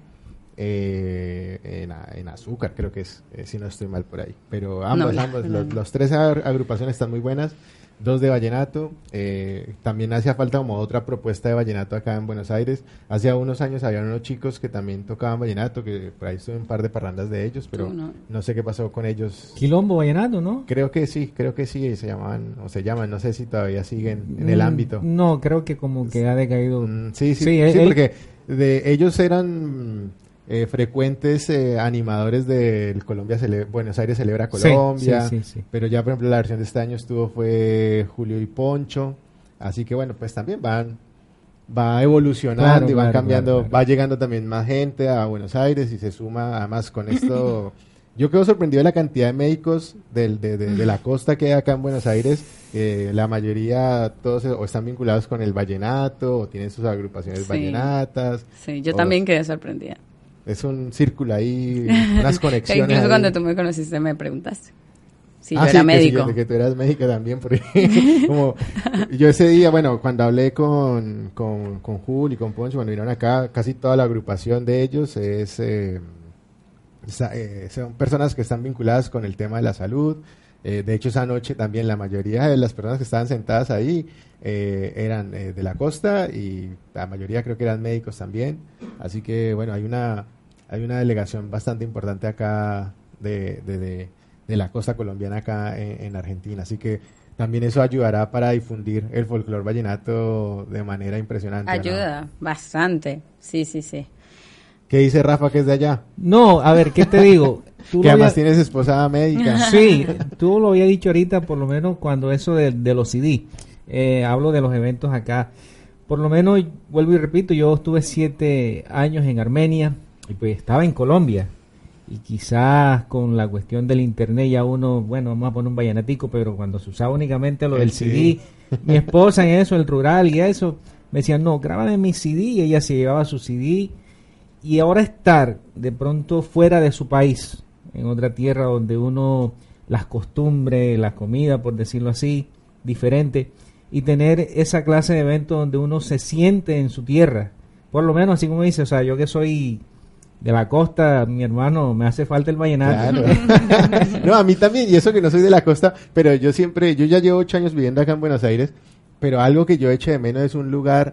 eh, en, en azúcar, creo que es, eh, si no estoy mal por ahí. Pero ambos, no, ambos, no, los, no. los tres agrupaciones están muy buenas. Dos de vallenato. Eh, también hacía falta como otra propuesta de vallenato acá en Buenos Aires. Hace unos años había unos chicos que también tocaban vallenato, que por ahí estuve un par de parrandas de ellos, pero no. no sé qué pasó con ellos. Quilombo Vallenato, ¿no? Creo que sí, creo que sí, se llamaban, o se llaman, no sé si todavía siguen en el mm, ámbito. No, creo que como que ha decaído. Mm, sí, sí, sí, sí, sí él, porque de ellos eran eh, frecuentes eh, animadores del Colombia Cele- Buenos Aires Celebra Colombia, sí, sí, sí, sí. Pero ya por ejemplo la versión de este año estuvo fue Julio y Poncho, así que bueno, pues también van va evolucionando claro, y va claro, cambiando, claro, claro. va llegando también más gente a Buenos Aires y se suma además con esto. Yo quedo sorprendido de la cantidad de médicos del, de, de, de la costa que hay acá en Buenos Aires. Eh, la mayoría todos o están vinculados con el vallenato o tienen sus agrupaciones sí. vallenatas. Sí, yo también quedé sorprendida. Es un círculo ahí, unas conexiones. Incluso ahí. Cuando tú me conociste me preguntaste si ah, yo sí, era médico. Que, sí, que tú eras médica también, porque como yo ese día, bueno, cuando hablé con, con, con Jul y con Poncho, cuando vinieron acá, casi toda la agrupación de ellos es, eh, es eh, son personas que están vinculadas con el tema de la salud. Eh, de hecho, esa noche también la mayoría de las personas que estaban sentadas ahí eh, eran eh, de la costa y la mayoría creo que eran médicos también. Así que, bueno, hay una hay una delegación bastante importante acá de, de, de, de la costa colombiana acá en, en Argentina. Así que también eso ayudará para difundir el folclore vallenato de manera impresionante. Ayuda, ¿no? Bastante. Sí, sí, sí. ¿Qué dice Rafa, que es de allá? No, a ver, ¿qué te digo? Tú que además había... tienes esposa médica. Sí, tú lo había dicho ahorita, por lo menos cuando eso de, de los C D. Eh, hablo de los eventos acá. Por lo menos, vuelvo y repito, yo estuve siete años en Armenia y pues estaba en Colombia. Y quizás con la cuestión del internet ya uno, bueno, vamos a poner un vallenatico, pero cuando se usaba únicamente lo del sí. C D, mi esposa en eso, el rural y eso, me decían, no, grábame mi C D, y ella se llevaba su C D. Y ahora estar de pronto fuera de su país, en otra tierra donde uno, las costumbres, la comida, por decirlo así, diferente, y tener esa clase de evento donde uno se siente en su tierra, por lo menos así como dice, o sea, yo que soy de la costa, mi hermano, me hace falta el vallenato. Claro. No, a mí también, y eso que no soy de la costa, pero yo siempre, yo ya llevo ocho años viviendo acá en Buenos Aires, pero algo que yo echo de menos es un lugar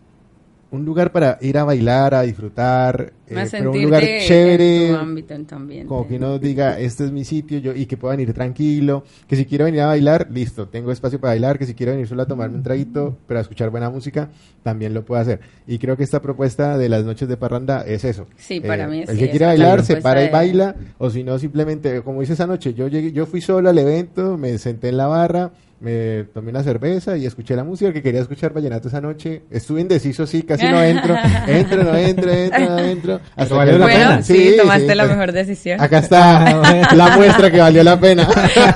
un lugar para ir a bailar, a disfrutar, eh, pero un lugar chévere, como que uno diga, este es mi sitio, yo y que puedan ir tranquilo, que si quiero venir a bailar, listo, tengo espacio para bailar, que si quiero venir solo a tomarme un traguito, pero a escuchar buena música, también lo puedo hacer. Y creo que esta propuesta de las noches de parranda es eso. Sí, para eh, mí es El que sí, quiere bailar, se para y baila, o si no, simplemente, como hice esa noche, yo llegué, yo fui solo al evento, me senté en la barra, me tomé una cerveza y escuché la música que quería escuchar vallenato esa noche. Estuve indeciso, sí, casi no entro, entro, no entro, entro, no entro. Hasta valió que... la bueno, pena. Sí, sí tomaste sí, la mejor decisión. Acá está la muestra que valió la pena.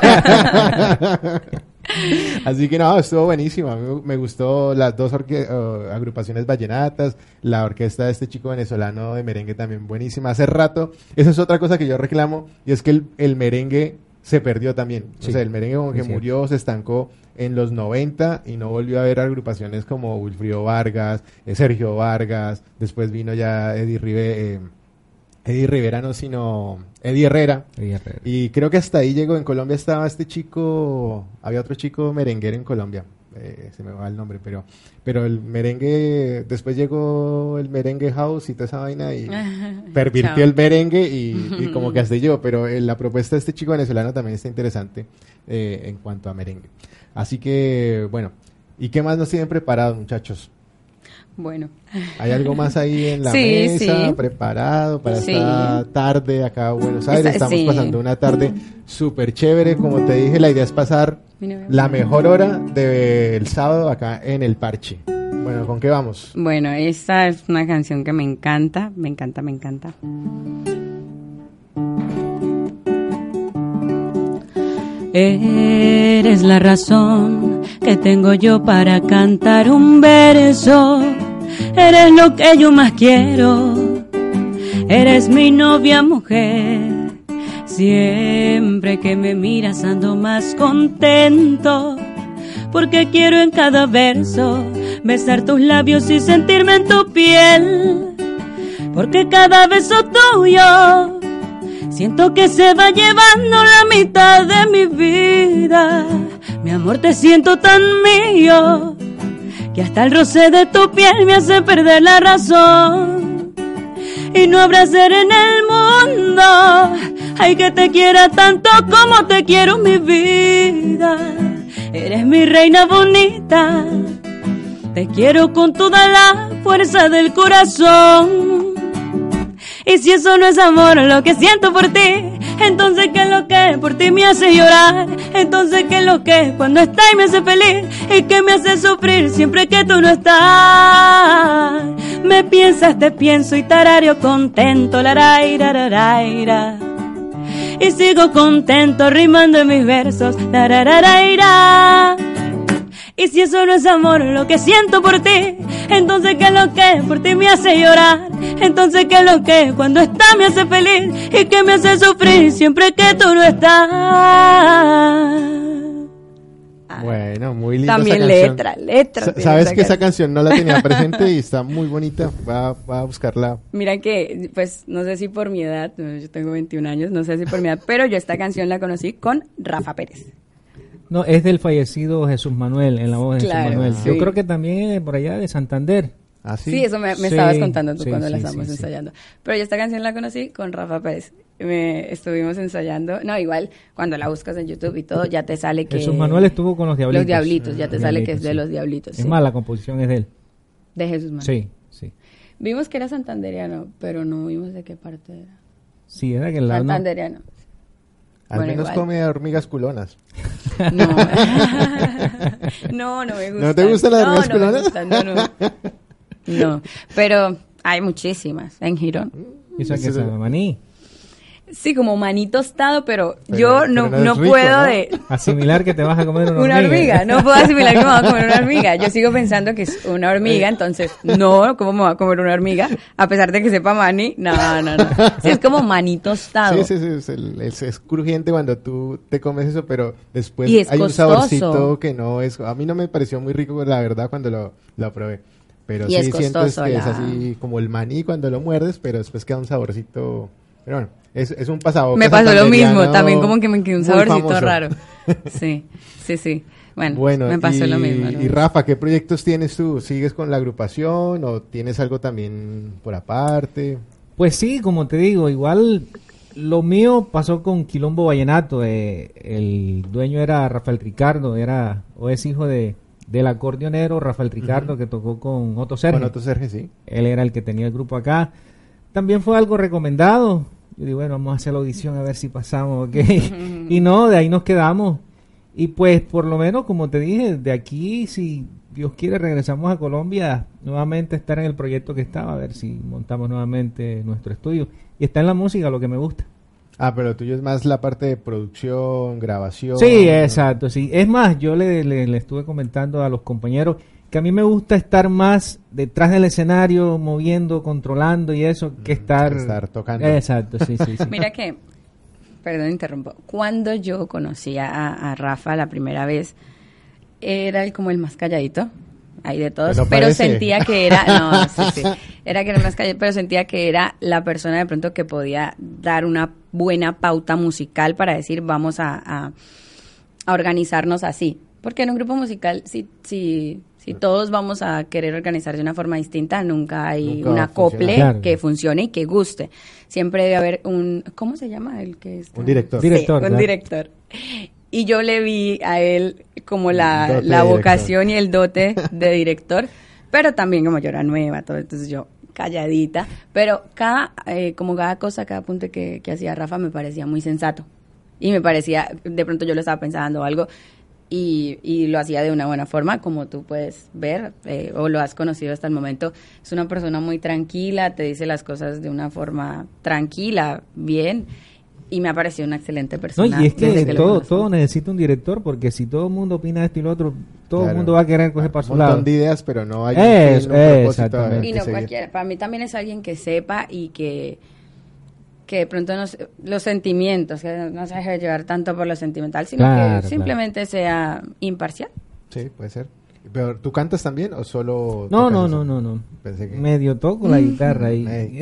Así que no, estuvo buenísima. Me, me gustó las dos orque- uh, agrupaciones vallenatas, la orquesta de este chico venezolano de merengue también buenísima. Hace rato, esa es otra cosa que yo reclamo, y es que el, el merengue se perdió también. Sí, o sea, el merengue como que murió, cierto. Se estancó en los noventa y no volvió a haber agrupaciones como Wilfrido Vargas, eh, Sergio Vargas, después vino ya Eddie Rivera, eh, Eddie Rivera no, sino Eddie Herrera. Eddie Herrera. Y creo que hasta ahí llegó. En Colombia estaba este chico, había otro chico merenguero en Colombia, eh, se me va el nombre, pero pero el merengue, después llegó el merengue house y toda esa vaina y pervirtió el merengue y, y como que hasta ahí llegó, pero eh, la propuesta de este chico venezolano también está interesante eh, en cuanto a merengue. Así que, bueno, ¿y qué más nos tienen preparados, muchachos? Bueno. ¿Hay algo más ahí en la sí, mesa sí. preparado para sí. esta tarde acá en Buenos Aires? Está, Estamos sí. pasando una tarde súper chévere. Como te dije, la idea es pasar la mejor hora del sábado acá en el Parche. Bueno, ¿con qué vamos? Bueno, esta es una canción que me encanta, me encanta, me encanta. Eres la razón que tengo yo para cantar un verso. Eres lo que yo más quiero. Eres mi novia mujer. Siempre que me miras ando más contento, porque quiero en cada verso besar tus labios y sentirme en tu piel. Porque cada beso tuyo siento que se va llevando la mitad de mi vida. Mi amor, te siento tan mío que hasta el roce de tu piel me hace perder la razón. Y no habrá ser en el mundo ay que te quiera tanto como te quiero, mi vida. Eres mi reina bonita, te quiero con toda la fuerza del corazón. Y si eso no es amor lo que siento por ti, entonces ¿qué es lo que por ti me hace llorar? Entonces ¿qué es lo que cuando estás me hace feliz y que me hace sufrir siempre que tú no estás? me piensas, te pienso y tarareo contento, la raira, la raira. Y sigo contento rimando en mis versos, la raira. Y si eso no es amor, lo que siento por ti, entonces ¿qué es lo que por ti me hace llorar? Entonces ¿qué es lo que cuando está me hace feliz y que me hace sufrir siempre que tú no estás? Bueno, muy linda. También esa letra, letra. Sa- Sabes esa que esa canción no la tenía presente y está muy bonita. Va, va a buscarla. Mira que, pues, no sé si por mi edad, yo tengo veintiún años, no sé si por mi edad, pero yo esta canción la conocí con Rafa Pérez. No, es del fallecido Jesús Manuel, en la voz de Claro, Jesús Manuel. sí. Yo creo que también es por allá de Santander. ¿Ah, sí? Sí, eso me, me Sí, estabas contando tú sí, cuando la sí, estábamos sí, sí. ensayando. Pero yo esta canción la conocí con Rafa Pérez. Me estuvimos ensayando. No, igual, cuando la buscas en YouTube y todo, ya te sale que... Jesús Manuel estuvo con los Diablitos. Los Diablitos, ya te Los sale que es Diablitos, de sí. los Diablitos. Es sí. más, la composición es de él. De Jesús Manuel. Sí, sí. Vimos que era santanderiano, pero no vimos de qué parte era. Sí, era que el lado... no. Santanderiano. Al Bueno, menos igual. come hormigas culonas. No. no, no me gusta. ¿No te gustan las no, hormigas no me culonas? gustan, no, no. No, pero hay muchísimas en Girón. ¿Y eso qué Eso- sabe? Maní. Sí, como maní tostado, pero, Pero- yo pero no, no es no rico, puedo ¿no? de... Asimilar que te vas a comer una, Una hormiga, no puedo asimilar que me voy a comer una hormiga. Yo sigo pensando que es una hormiga, entonces, no, ¿cómo me voy a comer una hormiga? A pesar de que sepa maní, no, no, no. Sí, es como maní tostado. Sí, sí, sí, es, el- es- es crujiente cuando tú te comes eso, pero después Y es hay costoso. un saborcito que no es... A mí no me pareció muy rico, la verdad, cuando lo, lo probé. Pero Y sí es sientes costoso, que es la- así como el maní cuando lo muerdes, pero después queda un saborcito... Pero bueno, es, es un pasabocas Me pasó lo mismo, santanderiano también como que me quedó un muy saborcito famoso. raro. Sí, sí, sí. Bueno, Bueno, me pasó y, lo mismo. ¿no? y Rafa, ¿qué proyectos tienes tú? ¿Sigues con la agrupación o tienes algo también por aparte? Pues sí, como te digo, igual lo mío pasó con Quilombo Vallenato. Eh, el dueño era Rafael Ricardo, era o es hijo de del acordeonero Rafael Ricardo, uh-huh, que tocó con Otto Sergio. Con Otto Sergio, sí. Él era el que tenía el grupo acá. También fue algo recomendado. Yo digo, bueno, vamos a hacer la audición a ver si pasamos, ¿ok? Uh-huh. Y no, de ahí nos quedamos. Y pues, por lo menos, como te dije, de aquí, si Dios quiere, regresamos a Colombia nuevamente a estar en el proyecto que estaba, a ver si montamos nuevamente nuestro estudio. Y está en la música, lo que me gusta. Ah, pero tuyo es más la parte de producción, grabación. Sí, exacto, sí. Es más, yo le, le, le estuve comentando a los compañeros que a mí me gusta estar más detrás del escenario, moviendo, controlando y eso, que estar... Estar tocando. Exacto, sí, sí, sí. Mira que, perdón, interrumpo. Cuando yo conocí a, a Rafa la primera vez, era el, como el más calladito, ahí de todos, Pero pero parece. sentía que era, no, sí, sí, era que era el más calladito, pero sentía que era la persona de pronto que podía dar una buena pauta musical para decir, vamos a, a, a organizarnos así. Porque en un grupo musical, si, si, si todos vamos a querer organizar de una forma distinta, nunca hay Nunca un va a acople funcionar. Claro. que funcione y que guste. Siempre debe haber un, ¿cómo se llama el que está? Un director. Sí, Director, un claro. director. Y yo le vi a él como la, Dote la de vocación y el dote de director, pero también como yo era nueva, todo, entonces yo calladita, pero cada, eh, como cada cosa, cada punto que, que hacía Rafa me parecía muy sensato. Y me parecía, de pronto yo lo estaba pensando o algo, y, y lo hacía de una buena forma, como tú puedes ver, eh, o lo has conocido hasta el momento. Es una persona muy tranquila, te dice las cosas de una forma tranquila, bien, y me ha parecido una excelente No, persona. y es que desde lo todo, conozco. todo necesita un director, porque si todo el mundo opina esto y lo otro, todo el Claro. mundo va a querer coger para su Un lado. montón de ideas, pero no hay Es- un, fin, un propósito exactamente. a- Y que no seguir. cualquiera, para mí también es alguien que sepa y que que de pronto no se- los sentimientos, que no se deje llevar tanto por lo sentimental, sino Claro, que simplemente sea imparcial. Sí, puede ser. Pero, ¿tú cantas también o solo No, tocas no, eso? no, no, no. Pensé que... Medio toco la guitarra y... Ey.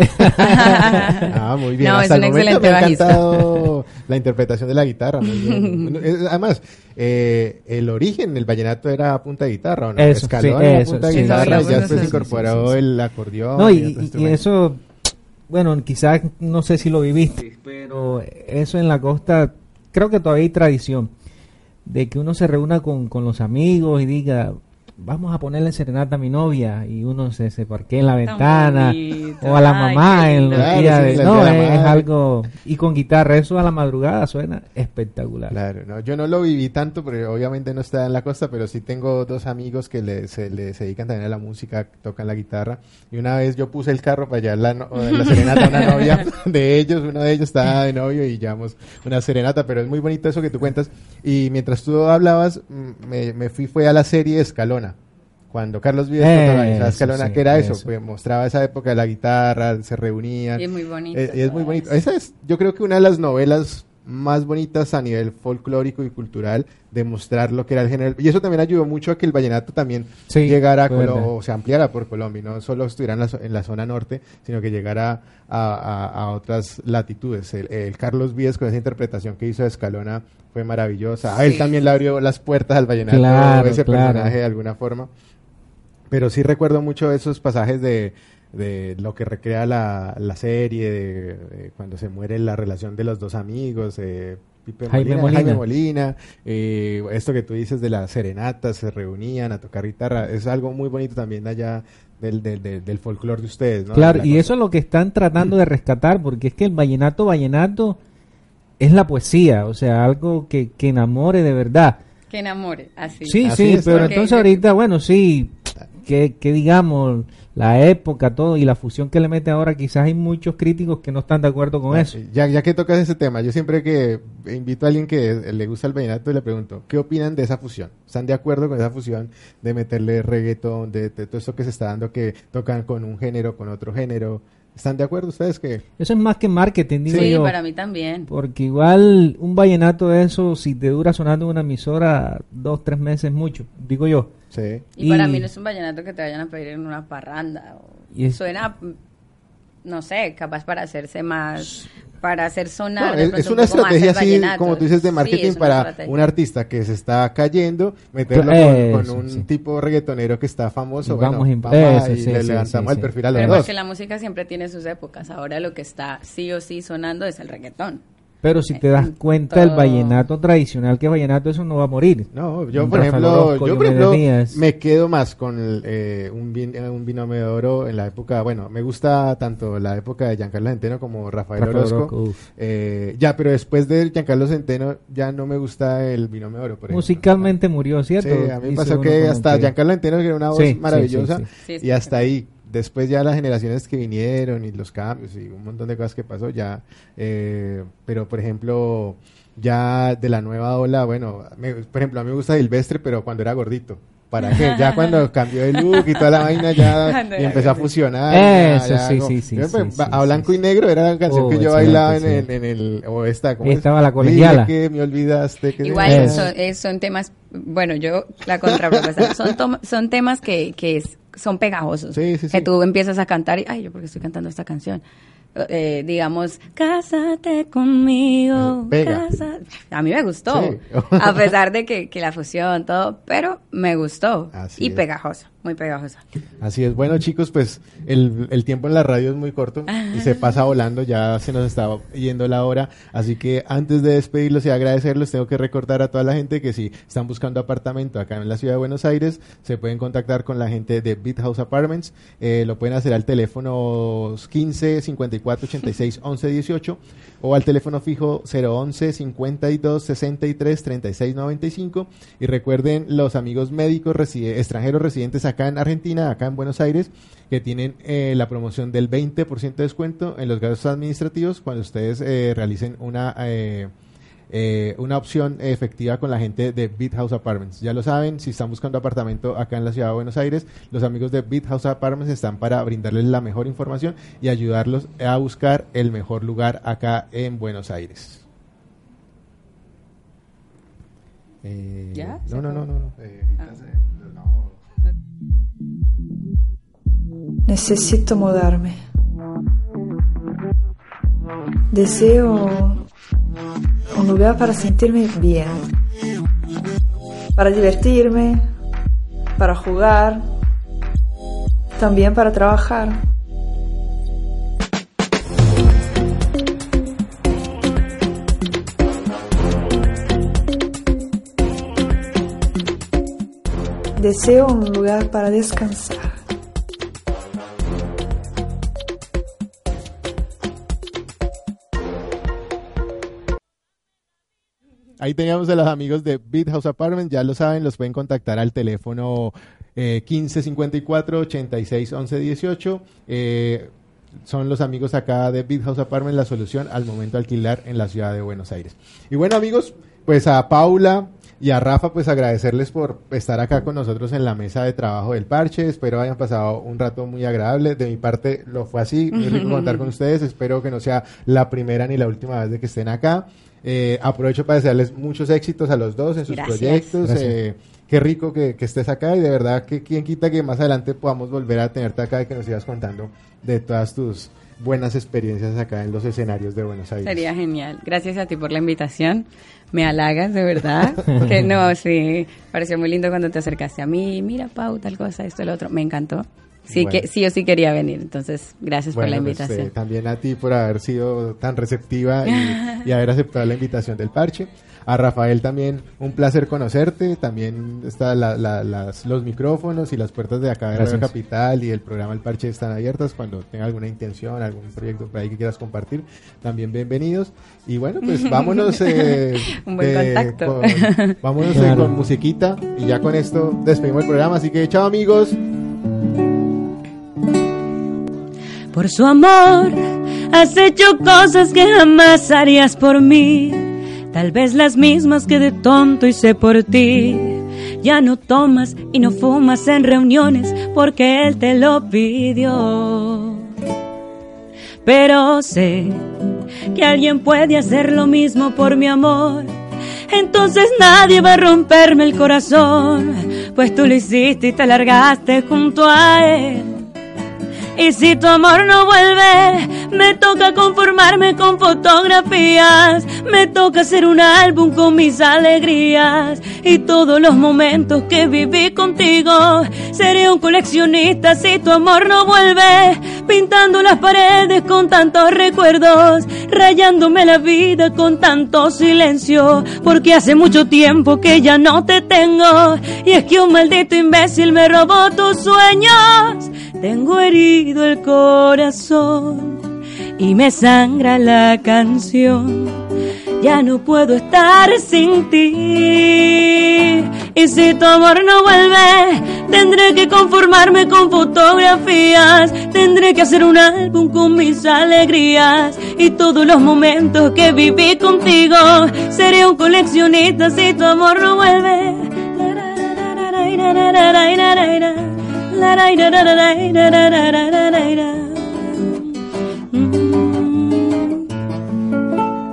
Ah, muy bien. No, Hasta es el un momento excelente me ha bajista. encantado la interpretación de la guitarra. Muy bien. Bueno, es- Además, eh, el origen del vallenato era a punta de guitarra, ¿o no? Eso, Escalón sí, era a eso, punta de sí, guitarra, sí, y sí, ya sí, después sí, incorporó sí, sí. el acordeón. No, y y, otro y- y instrumento. eso, bueno, quizás no sé si lo viviste, pero eso en la costa, creo que todavía hay tradición de que uno se reúna con, con los amigos y diga, vamos a ponerle serenata a mi novia, y uno se, se parquea en la ventana, o a la mamá. Ay, en los claro, días de, sí, no, es, es algo, y con guitarra, eso a la madrugada suena espectacular. Claro, no, yo no lo viví tanto, porque obviamente no está en la costa, pero sí tengo dos amigos que le, se, le, se dedican también a la música, tocan la guitarra, y una vez yo puse el carro para llevar la, no, la serenata a una novia de ellos, uno de ellos estaba de novio y llevamos una serenata, pero es muy bonito eso que tú cuentas. Y mientras tú hablabas, me, me fui, fue a la serie Escalona, cuando Carlos Vives eh, protagonizaba Escalona, sí, que era eso, eso. Pues, mostraba esa época de la guitarra, se reunían. Y es muy bonito. Eh, y es muy bonito. Esa es, yo creo que una de las novelas más bonitas a nivel folclórico y cultural, de mostrar lo que era el género, y eso también ayudó mucho a que el vallenato también sí, llegara a Colo- o se ampliara por Colombia, y no solo estuviera en la, en la zona norte, sino que llegara a, a, a otras latitudes. El, el Carlos Vives, con esa interpretación que hizo de Escalona, fue maravillosa. Sí. A él también le abrió las puertas al vallenato, claro, ese claro. personaje de alguna forma. Pero sí recuerdo mucho esos pasajes de de lo que recrea la, la serie, de, de cuando se muere la relación de los dos amigos, eh, Pipe Jaime Molina, Molina. Jaime Molina eh, esto que tú dices de las serenatas, se reunían a tocar guitarra, es algo muy bonito también allá del, del, del, del folclore de ustedes, ¿no? Claro, y cosa. Eso es lo que están tratando de rescatar, porque es que el vallenato, vallenato es la poesía, o sea, algo que, que enamore de verdad. Que enamore, así. Sí, así sí, es, pero porque entonces ahorita, bueno, sí, que, que digamos, la época, todo, y la fusión que le mete ahora, quizás hay muchos críticos que no están de acuerdo con ya, eso. Ya, ya que tocas ese tema, yo siempre que invito a alguien que le gusta el vallenato, le pregunto, ¿qué opinan de esa fusión? ¿Están de acuerdo con esa fusión de meterle reggaetón, de, de todo esto que se está dando, que tocan con un género, con otro género? ¿Están de acuerdo ustedes que eso es más que marketing, digo sí, yo? Para mí también. Porque igual un vallenato de eso, si te dura sonando en una emisora dos, tres meses, mucho, digo yo. Sí. Y, y para mí no es un vallenato que te vayan a pedir en una parranda. O es, suena, no sé, capaz para hacerse más, para hacer sonar. No, es, es una estrategia así, vallenato. Como tú dices, de marketing sí, para estrategia. Un artista que se está cayendo, meterlo eso, con, con un sí. tipo reggaetonero que está famoso, y bueno, vamos, vamos y sí, le sí, levantamos sí, el perfil sí. a los Pero dos. Porque la música siempre tiene sus épocas. Ahora lo que está sí o sí sonando es el reggaetón. Pero si te das cuenta, todo. El vallenato tradicional, que es vallenato, eso no va a morir. No, yo un por ejemplo, Orozco, yo por ejemplo me quedo más con el, eh, un, bin, un binomio de oro en la época, bueno, me gusta tanto la época de Giancarlo Centeno como Rafael, Rafael Orozco. Orozco eh, ya, pero después de Giancarlo Centeno ya no me gusta el binomio de oro, por ejemplo. Musicalmente ah, murió, ¿cierto? Sí, a mí me pasó que hasta que... Giancarlo Centeno, que era una voz sí, maravillosa, sí, sí, sí. y hasta ahí. Después ya las generaciones que vinieron y los cambios y un montón de cosas que pasó ya, eh, pero por ejemplo ya de la nueva ola, bueno, me, por ejemplo a mí me gusta Silvestre, pero cuando era gordito, para que ya cuando cambió el look y toda la vaina ya y empezó a fusionar, eso, ya, ya, sí, como, sí, sí, yo, sí, pues, sí, a blanco sí, y negro era la canción oh, que yo bailaba en, en, en el o esta, ¿cómo estaba es? La colegiala, que me olvidaste que igual eh. son, eh, son temas, bueno, yo la contrapropuesta son tom- son temas que que es, son pegajosos, sí, sí, sí. que tú empiezas a cantar y, ay, yo porque estoy cantando esta canción, eh, digamos, cásate conmigo, casa... a mí me gustó, sí. a pesar de que, que la fusión, todo, pero me gustó, Así y es. pegajoso, muy pegajoso. Así es, bueno chicos, pues el, el tiempo en la radio es muy corto y se pasa volando, ya se nos está yendo la hora, así que antes de despedirlos y agradecerlos, tengo que recordar a toda la gente que si están buscando apartamento acá en la ciudad de Buenos Aires, se pueden contactar con la gente de Beat House Apartments, eh, lo pueden hacer al teléfono quince cincuenta y cuatro ochenta y seis once dieciocho o al teléfono fijo cero once cincuenta y dos sesenta y tres treinta y seis noventa y cinco, y recuerden los amigos médicos reside- extranjeros residentes acá en Argentina, acá en Buenos Aires, que tienen eh, la promoción del veinte por ciento de descuento en los gastos administrativos cuando ustedes eh, realicen una eh, eh, una opción efectiva con la gente de Beat House Apartments. Ya lo saben, si están buscando apartamento acá en la ciudad de Buenos Aires, los amigos de Beat House Apartments están para brindarles la mejor información y ayudarlos a buscar el mejor lugar acá en Buenos Aires. Eh, ¿Ya? No, no, no, no, no. Eh, ah. no. Necesito mudarme. Deseo un lugar para sentirme bien, para divertirme, para jugar, también para trabajar. Deseo un lugar para descansar. Ahí teníamos a los amigos de Beat House Apartment, ya lo saben, los pueden contactar al teléfono eh, quince cincuenta y cuatro, ochenta y seis, once dieciocho. Eh, son los amigos acá de Beat House Apartment, la solución al momento de alquilar en la ciudad de Buenos Aires. Y bueno, amigos, pues a Paula y a Rafa, pues agradecerles por estar acá con nosotros en la mesa de trabajo del Parche. Espero hayan pasado un rato muy agradable. De mi parte lo fue así, muy rico contar con ustedes. Espero que no sea la primera ni la última vez de que estén acá. Eh, aprovecho para desearles muchos éxitos a los dos en sus Gracias. proyectos. Eh, qué rico que, que estés acá y de verdad que quien quita que más adelante podamos volver a tenerte acá y que nos sigas contando de todas tus buenas experiencias acá en los escenarios de Buenos Aires. Sería genial. Gracias a ti por la invitación. Me halagas, de verdad. Que no, sí. Pareció muy lindo cuando te acercaste a mí. Mira, Pau, tal cosa, esto, lo otro. Me encantó. Sí, bueno. que sí o sí quería venir, entonces gracias bueno, por la invitación. Pues, eh, también a ti por haber sido tan receptiva y, y haber aceptado la invitación del Parche. A Rafael también un placer conocerte, también está la, la, las, los micrófonos y las puertas de acá de Radio Capital y el programa El Parche están abiertas cuando tenga alguna intención, algún proyecto por ahí que quieras compartir, también bienvenidos. Y bueno, pues vámonos eh, un buen eh, contacto. Con, vámonos claro. eh, con musiquita y ya con esto despedimos el programa, así que chao amigos. Por su amor has hecho cosas que jamás harías por mí, tal vez las mismas que de tonto hice por ti. Ya no tomas y no fumas en reuniones porque él te lo pidió, pero sé que alguien puede hacer lo mismo por mi amor. Entonces nadie va a romperme el corazón, pues tú lo hiciste y te largaste junto a él. Y si tu amor no vuelve, me toca conformarme con fotografías, me toca hacer un álbum con mis alegrías y todos los momentos que viví contigo. Seré un coleccionista si tu amor no vuelve, pintando las paredes con tantos recuerdos, rayándome la vida con tanto silencio, porque hace mucho tiempo que ya no te tengo, y es que un maldito imbécil me robó tus sueños. Tengo herido el corazón y me sangra la canción. Ya no puedo estar sin ti. Y si tu amor no vuelve, tendré que conformarme con fotografías, tendré que hacer un álbum con mis alegrías y todos los momentos que viví contigo. Seré un coleccionista si tu amor no vuelve. La la la la la la la la la la la.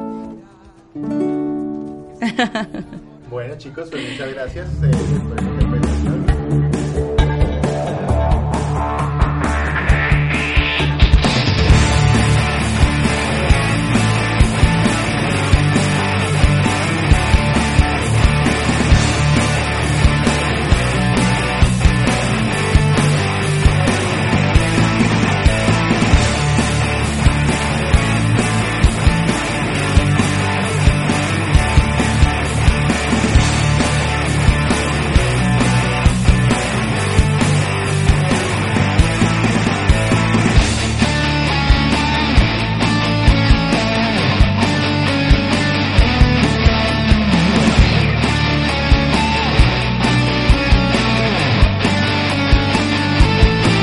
Bueno chicos, pues muchas gracias. Eh,